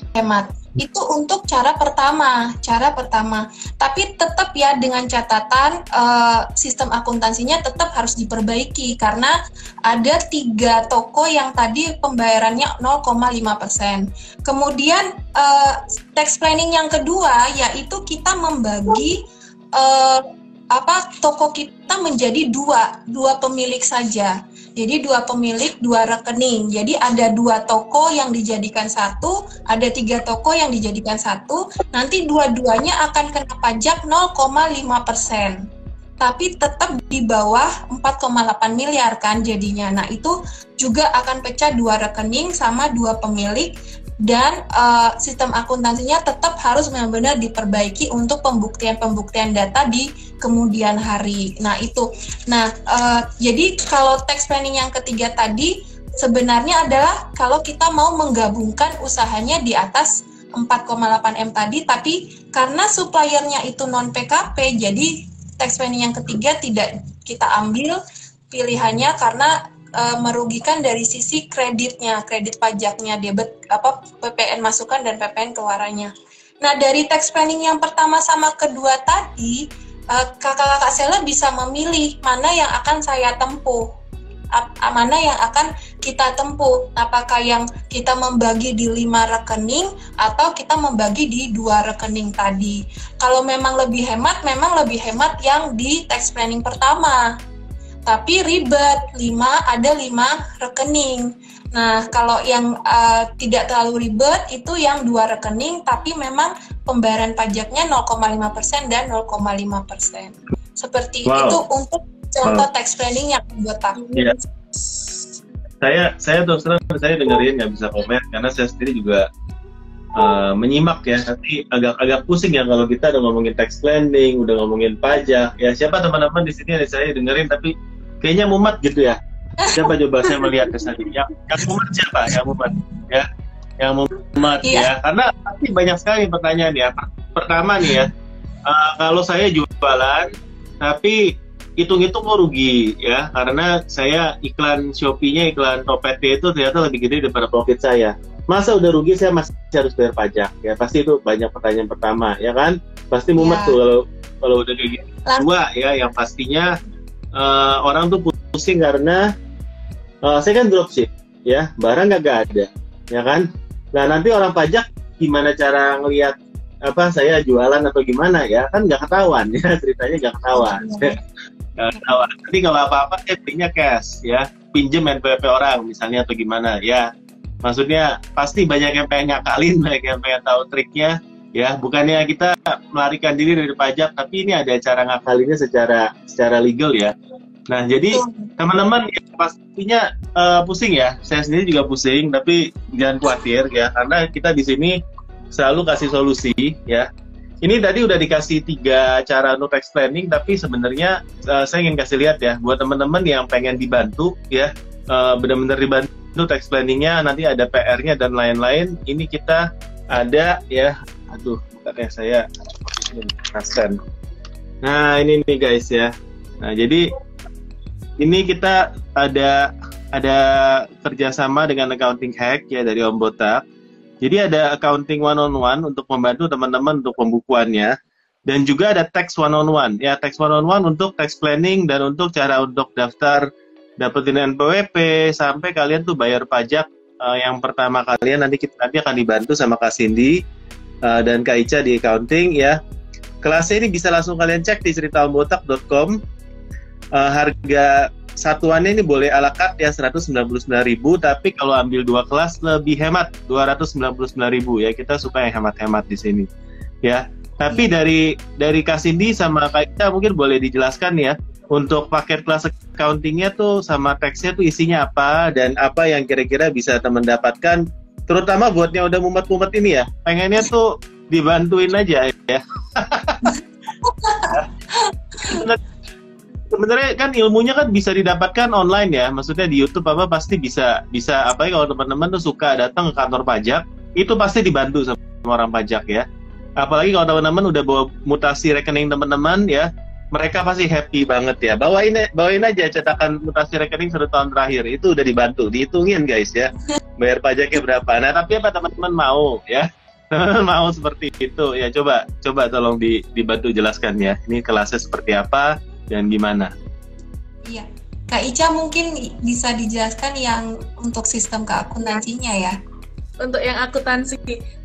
hemat. Itu untuk cara pertama, cara pertama. Tapi tetap ya dengan catatan uh, sistem akuntansinya tetap harus diperbaiki karena ada tiga toko yang tadi pembayarannya nol koma lima persen. Kemudian uh, tax planning yang kedua yaitu kita membagi uh, apa toko kita menjadi dua, dua pemilik saja. Jadi dua pemilik, dua rekening. Jadi ada dua toko yang dijadikan satu, ada tiga toko yang dijadikan satu. Nanti dua-duanya akan kena pajak nol koma lima persen. Tapi tetap di bawah empat koma delapan miliar kan jadinya. Nah itu juga akan pecah dua rekening sama dua pemilik. Dan uh, sistem akuntansinya tetap harus benar-benar diperbaiki untuk pembuktian-pembuktian data di kemudian hari. Nah itu, nah uh, jadi kalau tax planning yang ketiga tadi sebenarnya adalah kalau kita mau menggabungkan usahanya di atas empat koma delapan M tadi, tapi karena suppliernya itu non P K P, jadi tax planning yang ketiga tidak kita ambil pilihannya karena Uh, merugikan dari sisi kreditnya, kredit pajaknya, debit apa P P N masukan dan P P N keluarannya. Nah dari tax planning yang pertama sama kedua tadi, uh, kakak-kakak seller bisa memilih mana yang akan saya tempuh, ap, mana yang akan kita tempuh, apakah yang kita membagi di lima rekening atau kita membagi di dua rekening tadi. Kalau memang lebih hemat, memang lebih hemat yang di tax planning pertama. Tapi ribet, lima ada lima rekening. Nah, kalau yang uh, tidak terlalu ribet itu yang dua rekening, tapi memang pembayaran pajaknya nol koma lima persen dan nol koma lima persen. Seperti wow. Itu untuk contoh wow. tax planning yang anggota. Ya. Saya saya terus terang saya dengerin nggak bisa komen karena saya sendiri juga uh, menyimak ya. Tapi agak-agak pusing ya kalau kita udah ngomongin tax planning, udah ngomongin pajak. Ya siapa teman-teman di sini yang saya dengerin tapi kayaknya mumet gitu ya. Siapa coba saya melihat ke sana. Yang, yang mumet siapa? Yang mumet ya. Yang mumet yeah. ya. Karena pasti banyak sekali pertanyaan ya. Pertama nih ya, uh, kalau saya jualan tapi hitung-hitung kok rugi ya, karena saya iklan Shopee-nya, iklan Tokopedia itu ternyata lebih gede daripada profit saya. Masa udah rugi saya masih harus bayar pajak? Ya pasti itu banyak pertanyaan pertama ya kan. Pasti mumet yeah. tuh kalau kalau udah kayak gitu. Dua ya, yang pastinya Uh, orang tuh pusing karena uh, saya kan dropship ya, barang gak ada ya kan. Nah nanti orang pajak gimana cara ngelihat apa saya jualan atau gimana ya, kan nggak ketahuan ya, ceritanya nggak ketahuan. Nggak ketahuan. Nanti kalau apa-apa saya belinya cash ya, pinjem N P W P orang misalnya atau gimana ya. Maksudnya pasti banyak yang pengen ngakalin, banyak yang pengen tahu triknya. Ya, bukannya kita melarikan diri dari pajak, tapi ini ada cara ngakalinnya secara secara legal ya. Nah, jadi teman-teman ya, pastinya uh, pusing ya. Saya sendiri juga pusing, tapi jangan khawatir ya, karena kita di sini selalu kasih solusi ya. Ini tadi udah dikasih tiga cara untuk tax planning, tapi sebenarnya uh, saya ingin kasih lihat ya, buat teman-teman yang pengen dibantu ya, uh, benar-benar dibantu tax planningnya, nanti ada P R-nya dan lain-lain. Ini kita ada ya. Aduh, bukannya saya kaskan. Nah, ini nih guys ya. Nah, jadi ini kita ada ada kerjasama dengan Accounting Hack ya dari Om Botak. Jadi ada Accounting One on One untuk membantu teman-teman untuk pembukuannya, dan juga ada Tax One on One. Ya, Tax One on One untuk tax planning dan untuk cara untuk daftar dapetin N P W P sampai kalian tuh bayar pajak uh, yang pertama kalian nanti kita nanti akan dibantu sama Kak Cindy. Uh, dan Kak Ica di accounting ya. Kelasnya ini bisa langsung kalian cek di cerita om botak dot com. Uh, harga satuannya ini boleh ala carte ya seratus sembilan puluh sembilan ribu, tapi kalau ambil dua kelas lebih hemat dua ratus sembilan puluh sembilan ribu ya. Kita suka yang hemat-hemat di sini ya. Tapi dari dari Kak Cindy sama Kak Ica mungkin boleh dijelaskan ya untuk paket kelas accountingnya tuh sama teksnya tuh isinya apa dan apa yang kira-kira bisa teman dapatkan. Terutama buatnya udah mumet-mumet ini ya, pengennya tuh dibantuin aja ya. Sebenarnya kan ilmunya kan bisa didapatkan online ya, maksudnya di YouTube apa pasti bisa bisa apa ya, kalau teman-teman tuh suka datang ke kantor pajak, itu pasti dibantu sama orang pajak ya. Apalagi kalau teman-teman udah bawa mutasi rekening teman-teman ya, mereka pasti happy banget ya. Bawain bawain aja cetakan mutasi rekening satu tahun terakhir, itu udah dibantu, dihitungin guys ya. Bayar pajaknya berapa. Nah, tapi apa teman-teman mau ya? Mau seperti itu ya, coba coba tolong di, dibantu jelaskan ya, ini kelasnya seperti apa dan gimana. Iya, Kak Ica mungkin bisa dijelaskan yang untuk sistem keakuntansinya ya. Untuk yang akuntansi,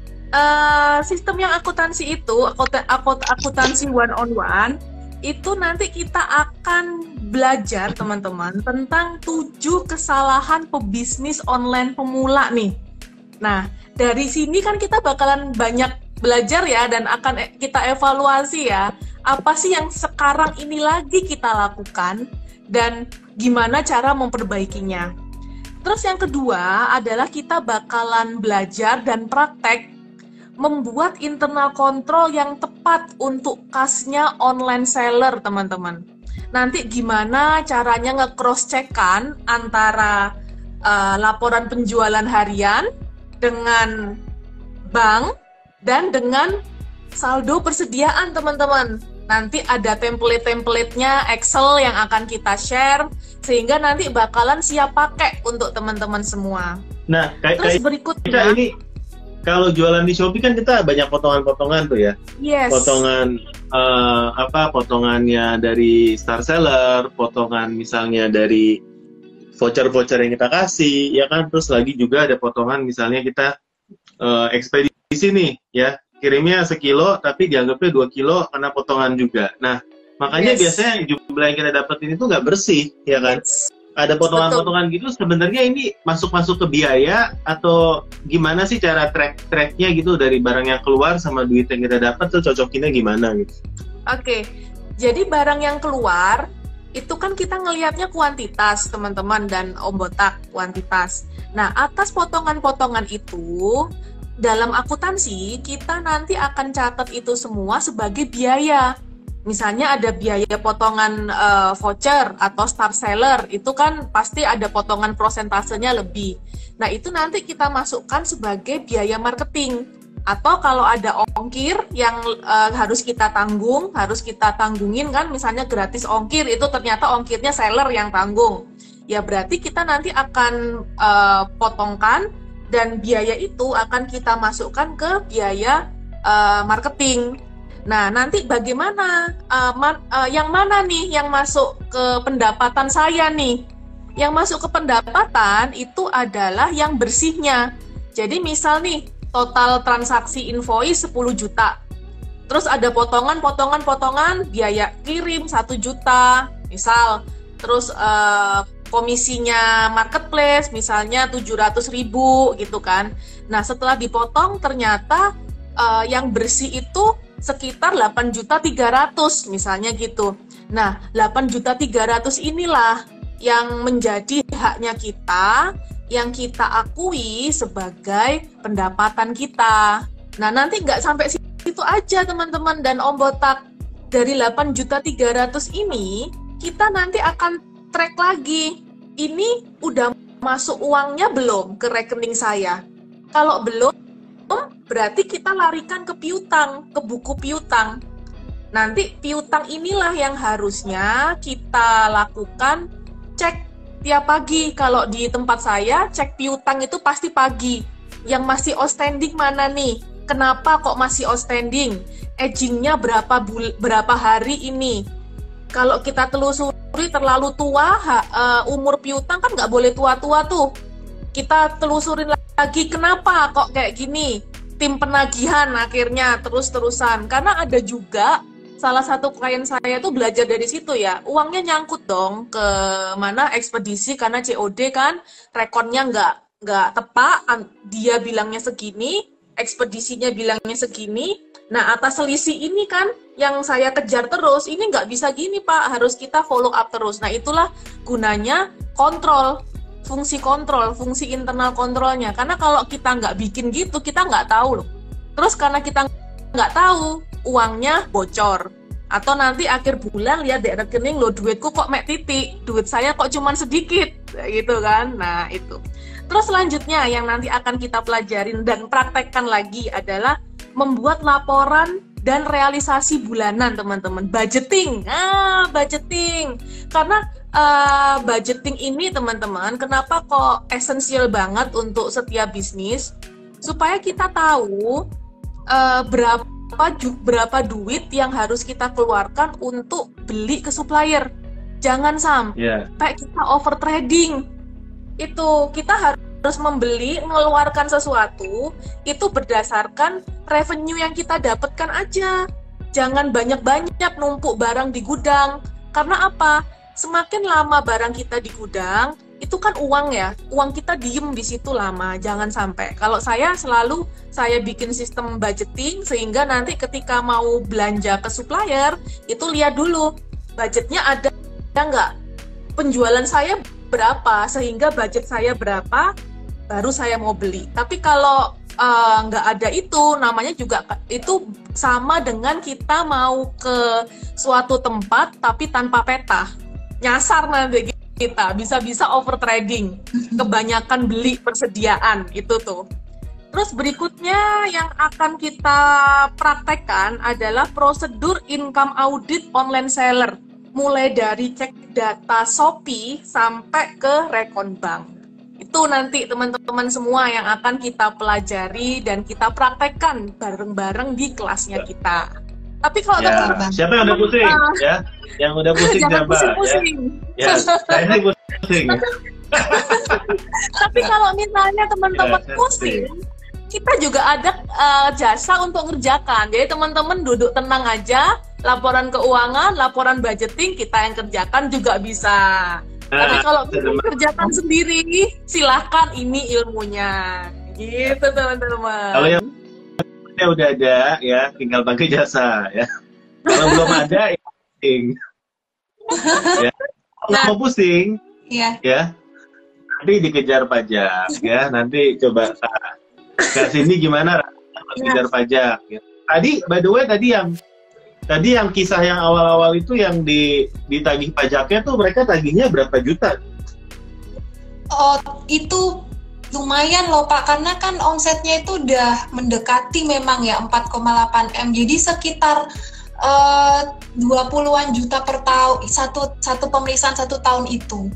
uh, sistem yang akuntansi itu akut- akut- akuntansi one on one itu nanti kita akan belajar teman-teman tentang tujuh kesalahan pebisnis online pemula nih. Nah, dari sini kan kita bakalan banyak belajar ya, dan akan kita evaluasi ya, apa sih yang sekarang ini lagi kita lakukan dan gimana cara memperbaikinya. Terus yang kedua adalah kita bakalan belajar dan praktek membuat internal control yang tepat untuk kasnya online seller, teman-teman. Nanti gimana caranya nge-cross check-kan antara uh, laporan penjualan harian dengan bank dan dengan saldo persediaan, teman-teman. Nanti ada template-templatenya Excel yang akan kita share, sehingga nanti bakalan siap pakai untuk teman-teman semua. Nah, kayak, Terus kayak berikutnya, kita ini kalau jualan di Shopee kan kita banyak potongan-potongan tuh ya. Yes. Potongan uh, apa? Potongannya dari star seller, potongan misalnya dari voucher-voucher yang kita kasih, ya kan. Terus lagi juga ada potongan misalnya kita uh, ekspedisi nih, ya kirimnya sekilo tapi dianggapnya dua kilo karena potongan juga. Nah, makanya yes. biasanya jumlah yang kita dapetin itu nggak bersih, ya kan. Yes. Ada potongan-potongan gitu, sebenarnya ini masuk-masuk ke biaya atau gimana sih cara track-tracknya gitu dari barang yang keluar sama duit yang kita dapat tuh cocokinnya gimana gitu? Oke, jadi barang yang keluar itu kan kita ngelihatnya kuantitas, teman-teman, dan Om Botak kuantitas. Nah, atas potongan-potongan itu dalam akuntansi kita nanti akan catat itu semua sebagai biaya. Misalnya ada biaya potongan uh, voucher atau star seller, itu kan pasti ada potongan prosentasenya lebih. Nah, itu nanti kita masukkan sebagai biaya marketing. Atau kalau ada ongkir yang uh, harus kita tanggung, harus kita tanggungin kan, misalnya gratis ongkir, itu ternyata ongkirnya seller yang tanggung. Ya berarti kita nanti akan uh, potongkan, dan biaya itu akan kita masukkan ke biaya uh, marketing. Nah, nanti bagaimana, uh, man, uh, yang mana nih yang masuk ke pendapatan saya nih? Yang masuk ke pendapatan itu adalah yang bersihnya. Jadi misal nih, total transaksi invoice sepuluh juta. Terus ada potongan-potongan-potongan biaya kirim satu juta, misal. Terus uh, komisinya marketplace misalnya tujuh ratus ribu gitu kan. Nah, setelah dipotong ternyata uh, yang bersih itu sekitar delapan juta tiga ratus misalnya gitu. Nah, delapan juta tiga ratus inilah yang menjadi haknya kita, yang kita akui sebagai pendapatan kita. Nah, nanti nggak sampai situ aja teman-teman dan Om Botak. Dari delapan juta tiga ratus ini, kita nanti akan track lagi. Ini udah masuk uangnya belum ke rekening saya? Kalau belum, berarti kita larikan ke piutang, ke buku piutang. Nanti piutang inilah yang harusnya kita lakukan cek tiap pagi. Kalau di tempat saya, cek piutang itu pasti pagi. Yang masih outstanding mana nih? Kenapa kok masih outstanding? Agingnya berapa bul- berapa hari ini? Kalau kita telusuri terlalu tua, ha, uh, umur piutang kan nggak boleh tua-tua tuh. Kita telusurin lagi, kenapa kok kayak gini? Tim penagihan akhirnya terus-terusan. Karena ada juga salah satu klien saya tuh belajar dari situ ya. Uangnya nyangkut dong ke mana ekspedisi karena C O D kan rekornya nggak nggak tepat. Dia bilangnya segini, ekspedisinya bilangnya segini. Nah, atas selisih ini kan yang saya kejar terus. Ini nggak bisa gini Pak, harus kita follow up terus. Nah, itulah gunanya kontrol. Fungsi kontrol, fungsi internal kontrolnya. Karena kalau kita nggak bikin gitu, kita nggak tahu loh. Terus karena kita nggak tahu, uangnya bocor. Atau nanti akhir bulan lihat di rekening, loh duitku kok mek titik, duit saya kok cuman sedikit, gitu kan. Nah itu. Terus selanjutnya yang nanti akan kita pelajarin dan praktekkan lagi adalah membuat laporan dan realisasi bulanan teman-teman. Budgeting, ah budgeting. Karena Uh, budgeting ini teman-teman, kenapa kok esensial banget untuk setiap bisnis? Supaya kita tahu uh, berapa ju- berapa duit yang harus kita keluarkan untuk beli ke supplier. Jangan sampai Yeah. kita over trading. Itu kita harus membeli, mengeluarkan sesuatu itu berdasarkan revenue yang kita dapatkan aja. Jangan banyak-banyak numpuk barang di gudang. Karena apa? Semakin lama barang kita di gudang, itu kan uang ya. Uang kita diem di situ lama. Jangan sampai. Kalau saya selalu saya bikin sistem budgeting sehingga nanti ketika mau belanja ke supplier, itu lihat dulu budgetnya ada nggak, penjualan saya berapa, sehingga budget saya berapa, baru saya mau beli. Tapi kalau uh, nggak ada itu, namanya juga itu sama dengan kita mau ke suatu tempat tapi tanpa peta, nyasar nanti kita, bisa-bisa over trading, kebanyakan beli persediaan itu tuh. Terus berikutnya yang akan kita praktekkan adalah prosedur income audit online seller. Mulai dari cek data Shopee sampai ke rekon bank. Itu nanti teman-teman semua yang akan kita pelajari dan kita praktekkan bareng-bareng di kelasnya kita. Tapi kalau Ya, teman-teman, siapa yang udah pusing? Ah. Ya, yang udah pusing jangan siapa? pusing-pusing. Ya, ya, saya sih pusing. Tapi kalau misalnya teman-teman Ya, saya pusing, kita juga ada uh, jasa untuk ngerjakan. Jadi teman-teman duduk tenang aja, laporan keuangan, laporan budgeting kita yang kerjakan juga bisa. Tapi kalau teman- kerjakan sendiri, silahkan, ini ilmunya. Gitu teman-teman. Kalau yang ya udah ada ya, tinggal pakai jasa ya. Kalau belum ada ya pusing. Ya. Kalau mau pusing Iya. ya, nanti dikejar pajak ya. Nanti coba Kak Cindy gimana dikejar pajak ya. Tadi by the way tadi yang Tadi yang kisah yang awal-awal itu yang di, ditagih pajaknya tuh mereka tagihnya berapa juta? Oh, itu lumayan loh Pak, karena kan omsetnya itu udah mendekati memang ya empat koma delapan M. Jadi sekitar uh, dua puluhan juta per tahun, satu, satu pemeriksaan satu tahun itu.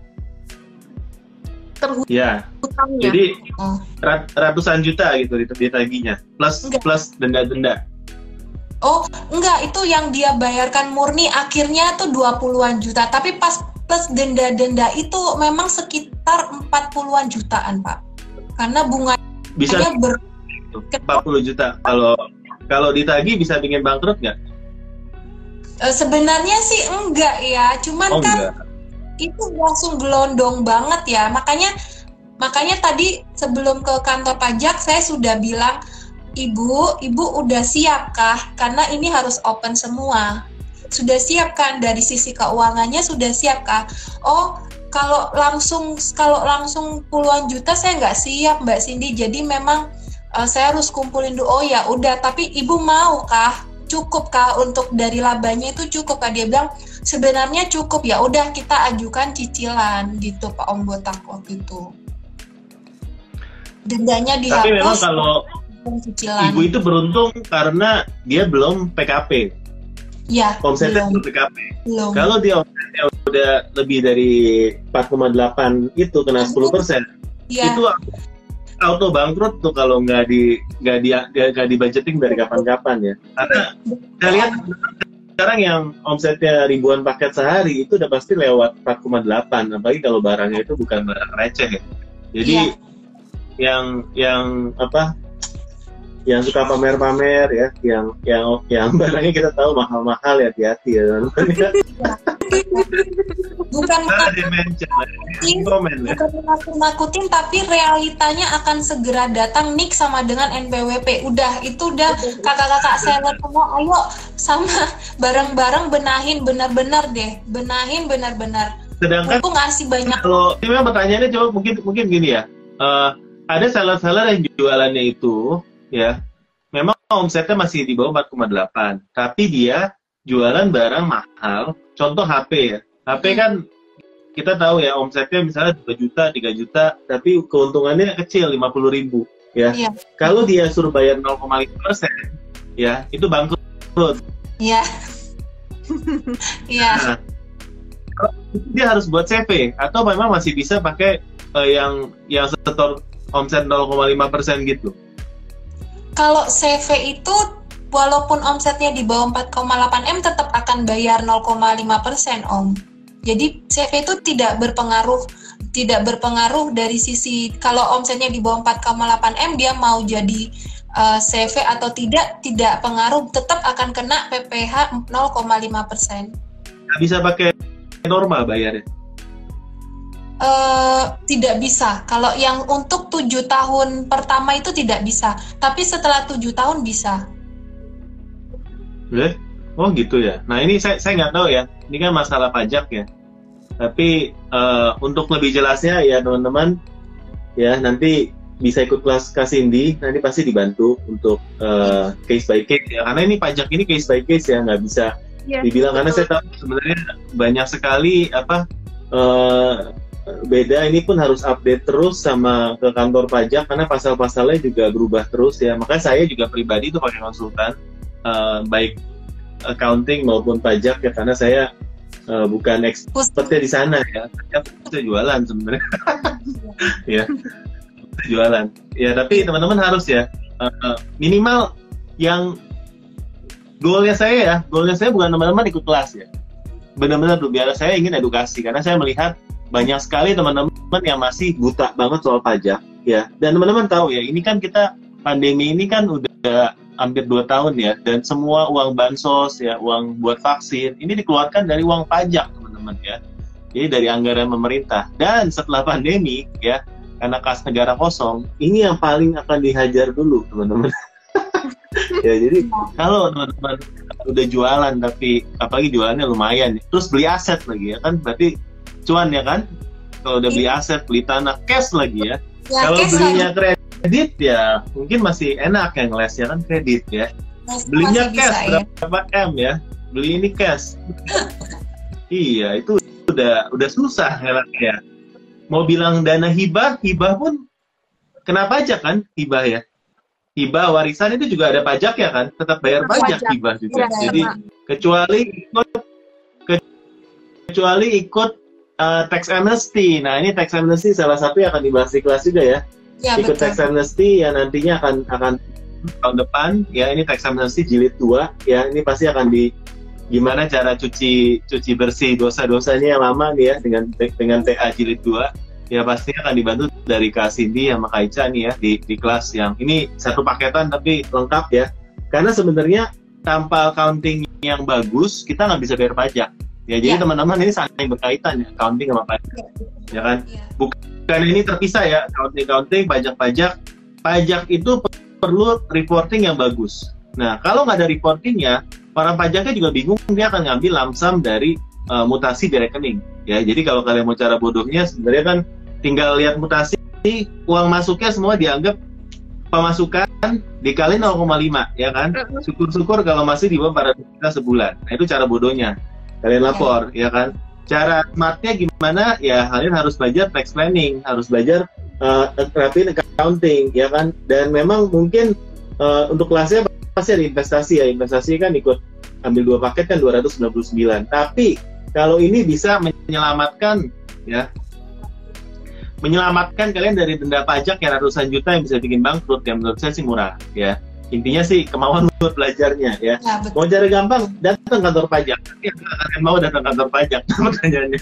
Ya, Terhutangnya. jadi Oh. rat, ratusan juta gitu ditagihnya, plus Enggak. plus denda-denda. Oh, enggak, itu yang dia bayarkan murni akhirnya tuh dua puluhan juta, tapi pas plus denda-denda itu memang sekitar empat puluhan jutaan, Pak. Karena bunganya Bisa ber empat puluh juta. Kalau kalau ditagih bisa bikin bangkrut nggak? eh, sebenarnya sih enggak ya, cuman Oh kan enggak. itu langsung gelondong banget ya. Makanya makanya tadi sebelum ke kantor pajak saya sudah bilang, Ibu, Ibu udah siap kah? Karena ini harus open semua. Sudah siap kan dari sisi keuangannya, sudah siap kah? Oh, kalau langsung kalau langsung puluhan juta saya nggak siap Mbak Cindy. Jadi memang uh, saya harus kumpulin dulu. Oh ya udah, tapi Ibu mau kah? Cukup kah untuk dari labanya itu cukup kah? Dia bilang sebenarnya cukup. Ya udah, kita ajukan cicilan gitu Pak Om Botak waktu itu. Dendanya Tapi memang dihapus. kalau Cicilan. ibu itu beruntung karena dia belum P K P, Ya, omsetnya belum, belum P K P. belum. Kalau dia omsetnya udah lebih dari empat koma delapan itu kena sepuluh persen, Ya, itu auto bangkrut tuh kalau nggak di nggak di nggak di budgeting dari kapan-kapan ya. Karena saya lihat sekarang yang omsetnya ribuan paket sehari itu udah pasti lewat empat koma delapan, apalagi kalau barangnya itu bukan barang receh ya. Jadi Iya. yang yang apa? Yang suka pamer-pamer ya, yang yang yang barangnya kita tahu mahal-mahal ya, hati-hati ya teman-teman. bukan Ada di mention, di komen ya. bukan menakut-nakutin, tapi realitanya akan segera datang. Nik sama dengan N P W P. Udah, itu udah kakak-kakak seller semua, ayo sama bareng-bareng benahin benar-benar deh, benahin benar-benar. Sedangkan Aku ngasih banyak. kalau ini memang pertanyaannya coba mungkin mungkin gini ya, eh, ada seller-seller yang jualannya itu ya memang omsetnya masih di bawah empat koma delapan, tapi dia jualan barang mahal. Contoh H P ya, H P kan kita tahu ya omsetnya misalnya dua juta, tiga juta, tapi keuntungannya kecil, lima puluh ribu ya. Iya. Kalau dia suruh bayar nol koma lima persen ya, itu bangkrut. Iya. Iya. Nah, dia harus buat C V atau memang masih bisa pakai eh, yang yang setor omset nol koma lima persen gitu. Kalau C V itu walaupun omsetnya di bawah empat koma delapan M tetap akan bayar nol koma lima persen Om. Jadi C V itu tidak berpengaruh tidak berpengaruh dari sisi kalau omsetnya di bawah empat koma delapan M dia mau jadi uh, C V atau tidak tidak pengaruh, tetap akan kena P P H nol koma lima persen. Nggak bisa pakai normal bayarnya? Uh, tidak bisa. Kalau yang untuk tujuh tahun pertama itu tidak bisa, tapi setelah tujuh tahun bisa. Eh? Oh gitu ya. Nah ini saya saya nggak tahu ya. Ini kan masalah pajak ya. Tapi uh, untuk lebih jelasnya ya teman-teman, ya nanti bisa ikut kelas Kak Cindy. Nanti pasti dibantu untuk uh, case by case ya. Karena ini pajak ini case by case ya, nggak bisa ya, dibilang. Karena saya tahu sebenarnya banyak sekali apa. Uh, beda, ini pun harus update terus sama ke kantor pajak karena pasal-pasalnya juga berubah terus ya. Makanya saya juga pribadi itu pakai konsultan uh, baik accounting maupun pajak ya, karena saya uh, bukan expertnya di sana ya. Saya bisa jualan sebenarnya. Ya, bisa jualan. Ya, tapi teman-teman harus ya uh, minimal yang goalnya saya ya, goalnya saya bukan teman-teman ikut kelas ya. Benar-benar tuh biar saya ingin edukasi karena saya melihat banyak sekali teman-teman yang masih buta banget soal pajak ya. Dan teman-teman tahu ya, ini kan kita pandemi ini kan udah hampir dua tahun ya, dan semua uang bansos ya, uang buat vaksin ini dikeluarkan dari uang pajak teman-teman ya. Jadi dari anggaran pemerintah. Dan setelah pandemi ya, karena kas negara kosong, ini yang paling akan dihajar dulu teman-teman. Ya jadi kalau teman-teman udah jualan tapi apalagi jualannya lumayan, terus beli aset lagi ya kan, berarti cuan ya kan. Kalau udah beli aset, beli tanah, cash lagi ya, ya kalau belinya lagi. Kredit ya mungkin masih enak ya ngeles ya kan, kredit ya. Mas, belinya cash bisa, berapa ya? M ya, beli ini cash. Iya itu udah udah susah ya. Mau bilang dana hibah, hibah pun kena pajak kan, hibah ya. Hibah warisan itu juga ada pajak ya kan, tetap bayar pajak, pajak. Hibah juga. Ya, jadi ya, kecuali ikut kecuali ikut Uh, tax amnesty. Nah ini tax amnesty salah satu yang akan dibahas di kelas juga ya. Ya ikut betul. Tax amnesty yang nantinya akan akan tahun depan ya. Ini tax amnesty jilid dua ya. Ini pasti akan di gimana cara cuci cuci bersih dosa-dosanya yang lama nih ya dengan dengan T A jilid dua ya, pastinya akan dibantu dari Kak Cindy sama Kak Ica nih ya di di kelas yang ini satu paketan tapi lengkap ya. Karena sebenarnya tanpa accounting yang bagus kita nggak bisa bayar pajak. Ya, jadi teman-teman ya. Ini saling berkaitan ya, accounting sama pajak, ya, ya kan? Ya. Bukan ini terpisah ya, accounting-accounting, pajak-pajak. Pajak itu perlu reporting yang bagus. Nah, kalau nggak ada reportingnya, orang pajaknya juga bingung, dia akan ngambil lamsam dari uh, mutasi di rekening. Ya, jadi kalau kalian mau cara bodohnya, sebenarnya kan tinggal lihat mutasi, uang masuknya semua dianggap pemasukan dikali nol koma lima, ya kan? Syukur-syukur kalau masih di bawah empat ratus juta sebulan. Nah, itu cara bodohnya. Kalian lapor, ya. Ya kan? Cara smartnya gimana? Ya kalian harus belajar tax planning, harus belajar uh, rapin accounting, ya kan? Dan memang mungkin uh, untuk kelasnya pasti ada investasi ya. Investasi kan ikut ambil dua paket kan dua ratus sembilan puluh sembilan. Tapi kalau ini bisa menyelamatkan, ya, menyelamatkan kalian dari denda pajak yang ratusan juta yang bisa bikin bangkrut, yang menurut saya sih murah, ya. Intinya sih kemauan buat belajarnya ya. Ya mau cara gampang datang kantor pajak. Ya, kalian mau datang kantor pajak pertanyaannya.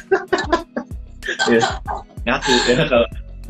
Ya, ngaku ya kalau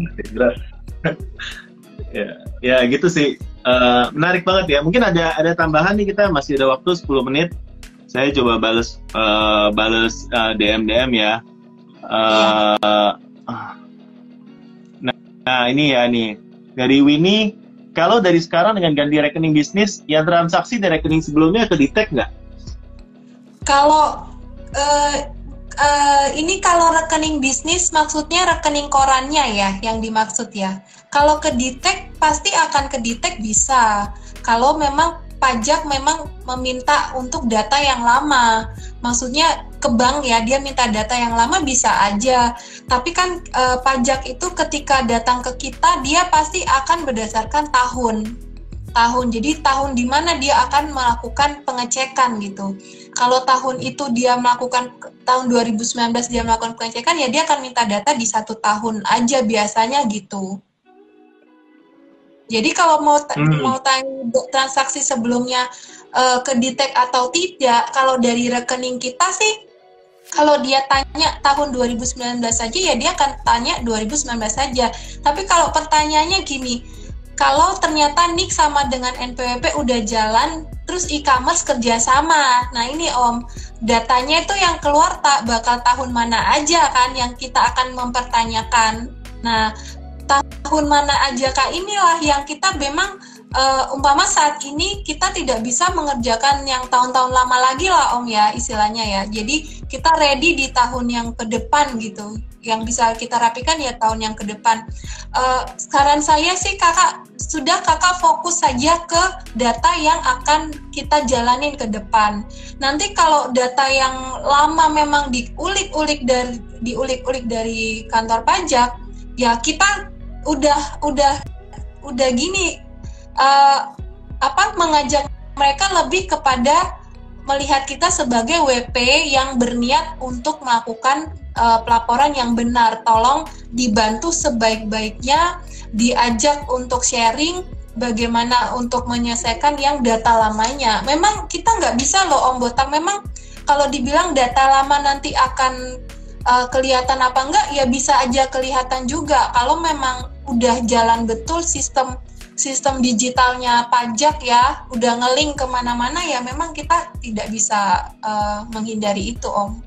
ya, ya gitu sih. Uh, menarik banget ya. Mungkin ada ada tambahan nih, kita masih ada waktu sepuluh menit. Saya coba bales uh, bales uh, D M D M ya. Uh, ya. Nah, nah ini ya nih dari Winnie. Kalau dari sekarang dengan ganti rekening bisnis, yang transaksi dari rekening sebelumnya ke-detect nggak? Kalau uh, uh, ini kalau rekening bisnis maksudnya rekening korannya ya yang dimaksud ya. Kalau ke-detect pasti akan ke-detect bisa. Kalau memang pajak memang meminta untuk data yang lama. Maksudnya ke bank ya, dia minta data yang lama bisa aja. Tapi kan e, pajak itu ketika datang ke kita, dia pasti akan berdasarkan tahun. Tahun. Jadi tahun di mana dia akan melakukan pengecekan gitu. Kalau tahun itu dia melakukan, tahun dua ribu sembilan belas dia melakukan pengecekan, ya dia akan minta data di satu tahun aja biasanya gitu. Jadi kalau mau Hmm. mau tanya transaksi sebelumnya uh, ke detect atau tidak, kalau dari rekening kita sih, kalau dia tanya tahun dua ribu sembilan belas saja ya dia akan tanya dua ribu sembilan belas saja. Tapi kalau pertanyaannya gini, kalau ternyata N I K sama dengan N P W P udah jalan, terus e-commerce kerjasama, nah ini Om, datanya itu yang keluar tak bakal tahun mana aja kan yang kita akan mempertanyakan. Nah, tahun mana aja kak inilah yang kita memang uh, umpama saat ini kita tidak bisa mengerjakan yang tahun-tahun lama lagi lah Om ya istilahnya ya. Jadi kita ready di tahun yang ke depan gitu. Yang bisa kita rapikan ya tahun yang ke depan. Uh, saran saya sih kakak, sudah kakak fokus saja ke data yang akan kita jalanin ke depan. Nanti kalau data yang lama memang diulik-ulik dari diulik-ulik dari kantor pajak, ya kita udah udah udah gini uh, apa mengajak mereka lebih kepada melihat kita sebagai W P yang berniat untuk melakukan uh, pelaporan yang benar. Tolong dibantu sebaik-baiknya, diajak untuk sharing bagaimana untuk menyelesaikan yang data lamanya. Memang kita nggak bisa loh Om Botak, memang kalau dibilang data lama nanti akan uh, kelihatan apa enggak, ya bisa aja kelihatan juga kalau memang udah jalan betul sistem sistem digitalnya pajak ya, udah nge-link kemana-mana ya, memang kita tidak bisa uh, menghindari itu Om.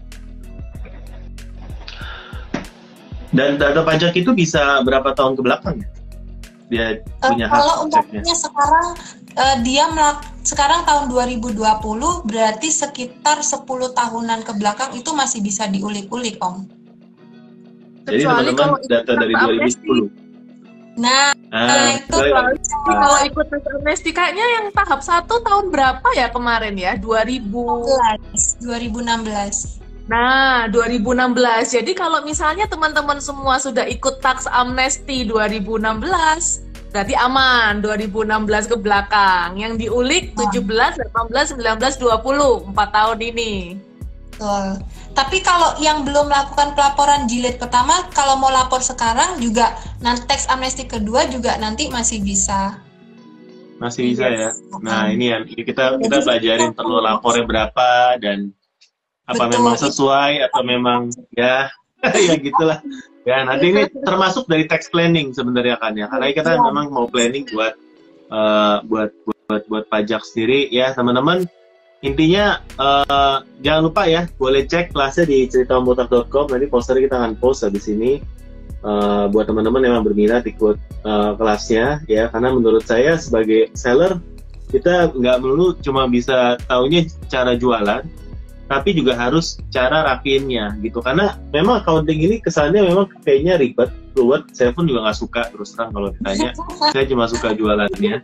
Dan data pajak itu bisa berapa tahun ke belakang ya? Dia punya uh, hak kalau pajaknya. umpamanya sekarang uh, dia melak- sekarang tahun dua ribu dua puluh, berarti sekitar sepuluh tahunan ke belakang itu masih bisa diulik-ulik Om. Jadi Kecuali teman-teman kalau data dari dua ribu sepuluh. Nah, Ah, itu baik. kalau ikut tax amnesty kayaknya yang tahap satu tahun berapa ya kemarin ya? dua ribu dua ribu enam belas. Nah, dua ribu enam belas. Jadi kalau misalnya teman-teman semua sudah ikut tax amnesty dua ribu enam belas, berarti aman dua ribu enam belas ke belakang. Yang diulik tujuh belas, delapan belas, sembilan belas, dua puluh, empat tahun ini. Betul. Tapi kalau yang belum melakukan pelaporan jilid pertama, kalau mau lapor sekarang juga, nanti tax amnesty kedua juga nanti masih bisa. Masih bisa ya. Nah, Hmm. ini ya kita kita pelajarin perlu lapornya berapa dan apa Betul. memang sesuai atau memang ya ya gitulah. Ya, nanti ini termasuk dari tax planning sebenarnya kan ya. Karena kita Iya. memang mau planning buat eh, buat buat buat pajak sendiri ya, teman-teman. Intinya eh, jangan lupa ya, boleh cek kelasnya di cerita om botak dot com. Nanti posternya kita akan post habis ini. Uh, buat teman-teman yang berminat ikut uh, kelasnya ya, karena menurut saya sebagai seller kita nggak melulu cuma bisa taunya cara jualan, tapi juga harus cara rapiinnya gitu, karena memang accounting ini kesannya memang kayaknya ribet, ruwet. Saya pun juga nggak suka, terus terang kalau ditanya. Saya cuma suka jualannya.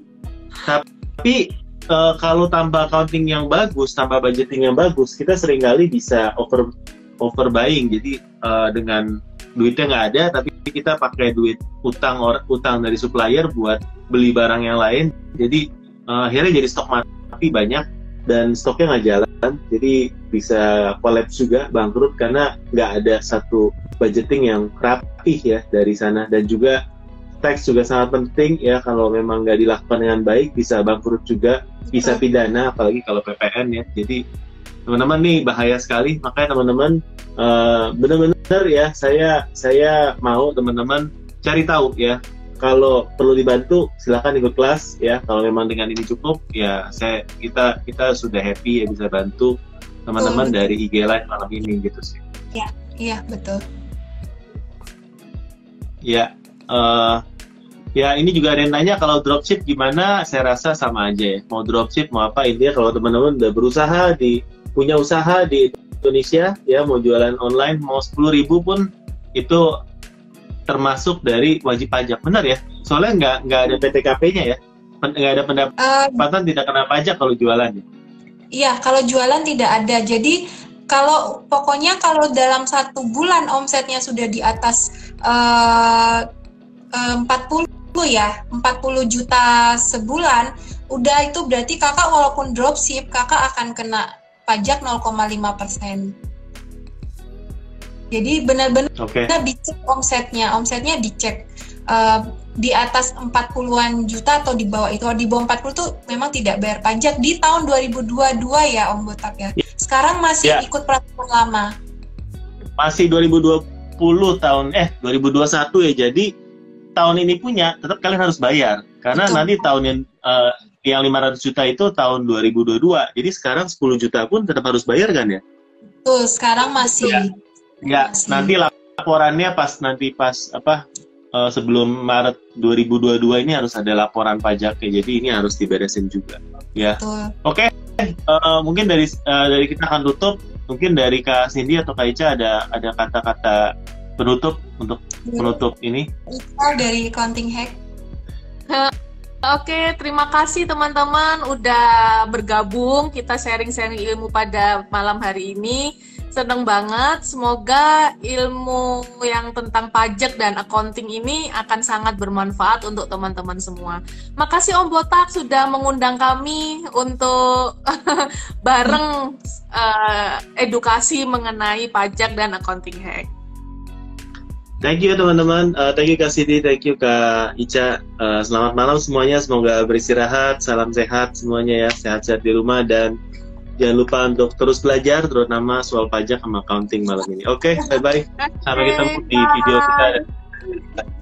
Tapi uh, kalau tanpa accounting yang bagus, tanpa budgeting yang bagus, kita seringkali bisa over over buying. Jadi uh, dengan duitnya nggak ada, tapi kita pakai duit utang or utang dari supplier buat beli barang yang lain. Jadi uh, akhirnya jadi stok mati banyak dan stoknya nggak jalan. Jadi bisa collapse juga, bangkrut, karena nggak ada satu budgeting yang rapih ya dari sana. Dan juga tax juga sangat penting ya, kalau memang nggak dilakukan dengan baik bisa bangkrut juga, bisa pidana, apalagi kalau P P N ya. Jadi teman-teman nih bahaya sekali, makanya teman-teman uh, benar-benar ya, saya saya mau teman-teman cari tahu ya. Kalau perlu dibantu silakan ikut kelas ya. Kalau memang dengan ini cukup ya, saya kita kita sudah happy ya bisa bantu teman-teman Betul. dari I G Live malam ini gitu sih. Iya, iya betul. Ya, uh, ya ini juga ada yang nanya kalau dropship gimana. Saya rasa sama aja ya. Mau dropship mau apa, intinya kalau teman-teman udah berusaha di punya usaha di Indonesia ya, mau jualan online mau sepuluh ribu pun itu termasuk dari wajib pajak, benar ya? Soalnya nggak nggak ada P T K P-nya ya, nggak ada pendapatan, Uh, tidak kena pajak kalau jualan ya. Iya, kalau jualan tidak ada. Jadi kalau pokoknya kalau dalam satu bulan omsetnya sudah di atas uh, uh, empat puluh ya, empat puluh juta sebulan, udah itu berarti kakak walaupun dropship, kakak akan kena pajak nol koma lima persen. Jadi benar-benar Oke. kita dicek omsetnya, omsetnya dicek. uh, di atas empat puluhan juta atau di bawah itu. Kalau di bawah empat puluh tuh memang tidak bayar pajak di tahun dua ribu dua puluh dua ya Om Botak ya. Sekarang masih ya. ikut peraturan lama. Masih dua ribu dua puluh tahun eh dua ribu dua puluh satu ya. Jadi tahun ini punya tetap kalian harus bayar karena Betul. nanti tahun yang uh, yang lima ratus juta itu tahun dua ribu dua puluh dua. Jadi sekarang sepuluh juta pun tetap harus bayar kan ya? Tuh, sekarang masih. Ya, ya masih. Nanti laporannya pas nanti pas apa uh, sebelum Maret dua ribu dua puluh dua ini harus ada laporan pajaknya. Jadi ini harus diberesin juga. Ya. Oke. Okay. Uh, mungkin dari uh, dari kita akan tutup. Mungkin dari Kak Cindy atau Kak Ica ada ada kata-kata penutup untuk menutup ini. Ica dari Accounting Hack. Oke, terima kasih teman-teman udah bergabung, kita sharing-sharing ilmu pada malam hari ini. Seneng banget, semoga ilmu yang tentang pajak dan accounting ini akan sangat bermanfaat untuk teman-teman semua. Makasih Om Botak sudah mengundang kami untuk bareng uh, edukasi mengenai pajak dan accounting hack. Thank you teman-teman, uh, thank you Kak Cindy, thank you Kak Ica. Uh, selamat malam semuanya, semoga beristirahat, salam sehat semuanya ya, sehat-sehat di rumah dan jangan lupa untuk terus belajar, terutama soal pajak sama accounting malam ini. Oke, okay, bye-bye, sampai ketemu di video kita.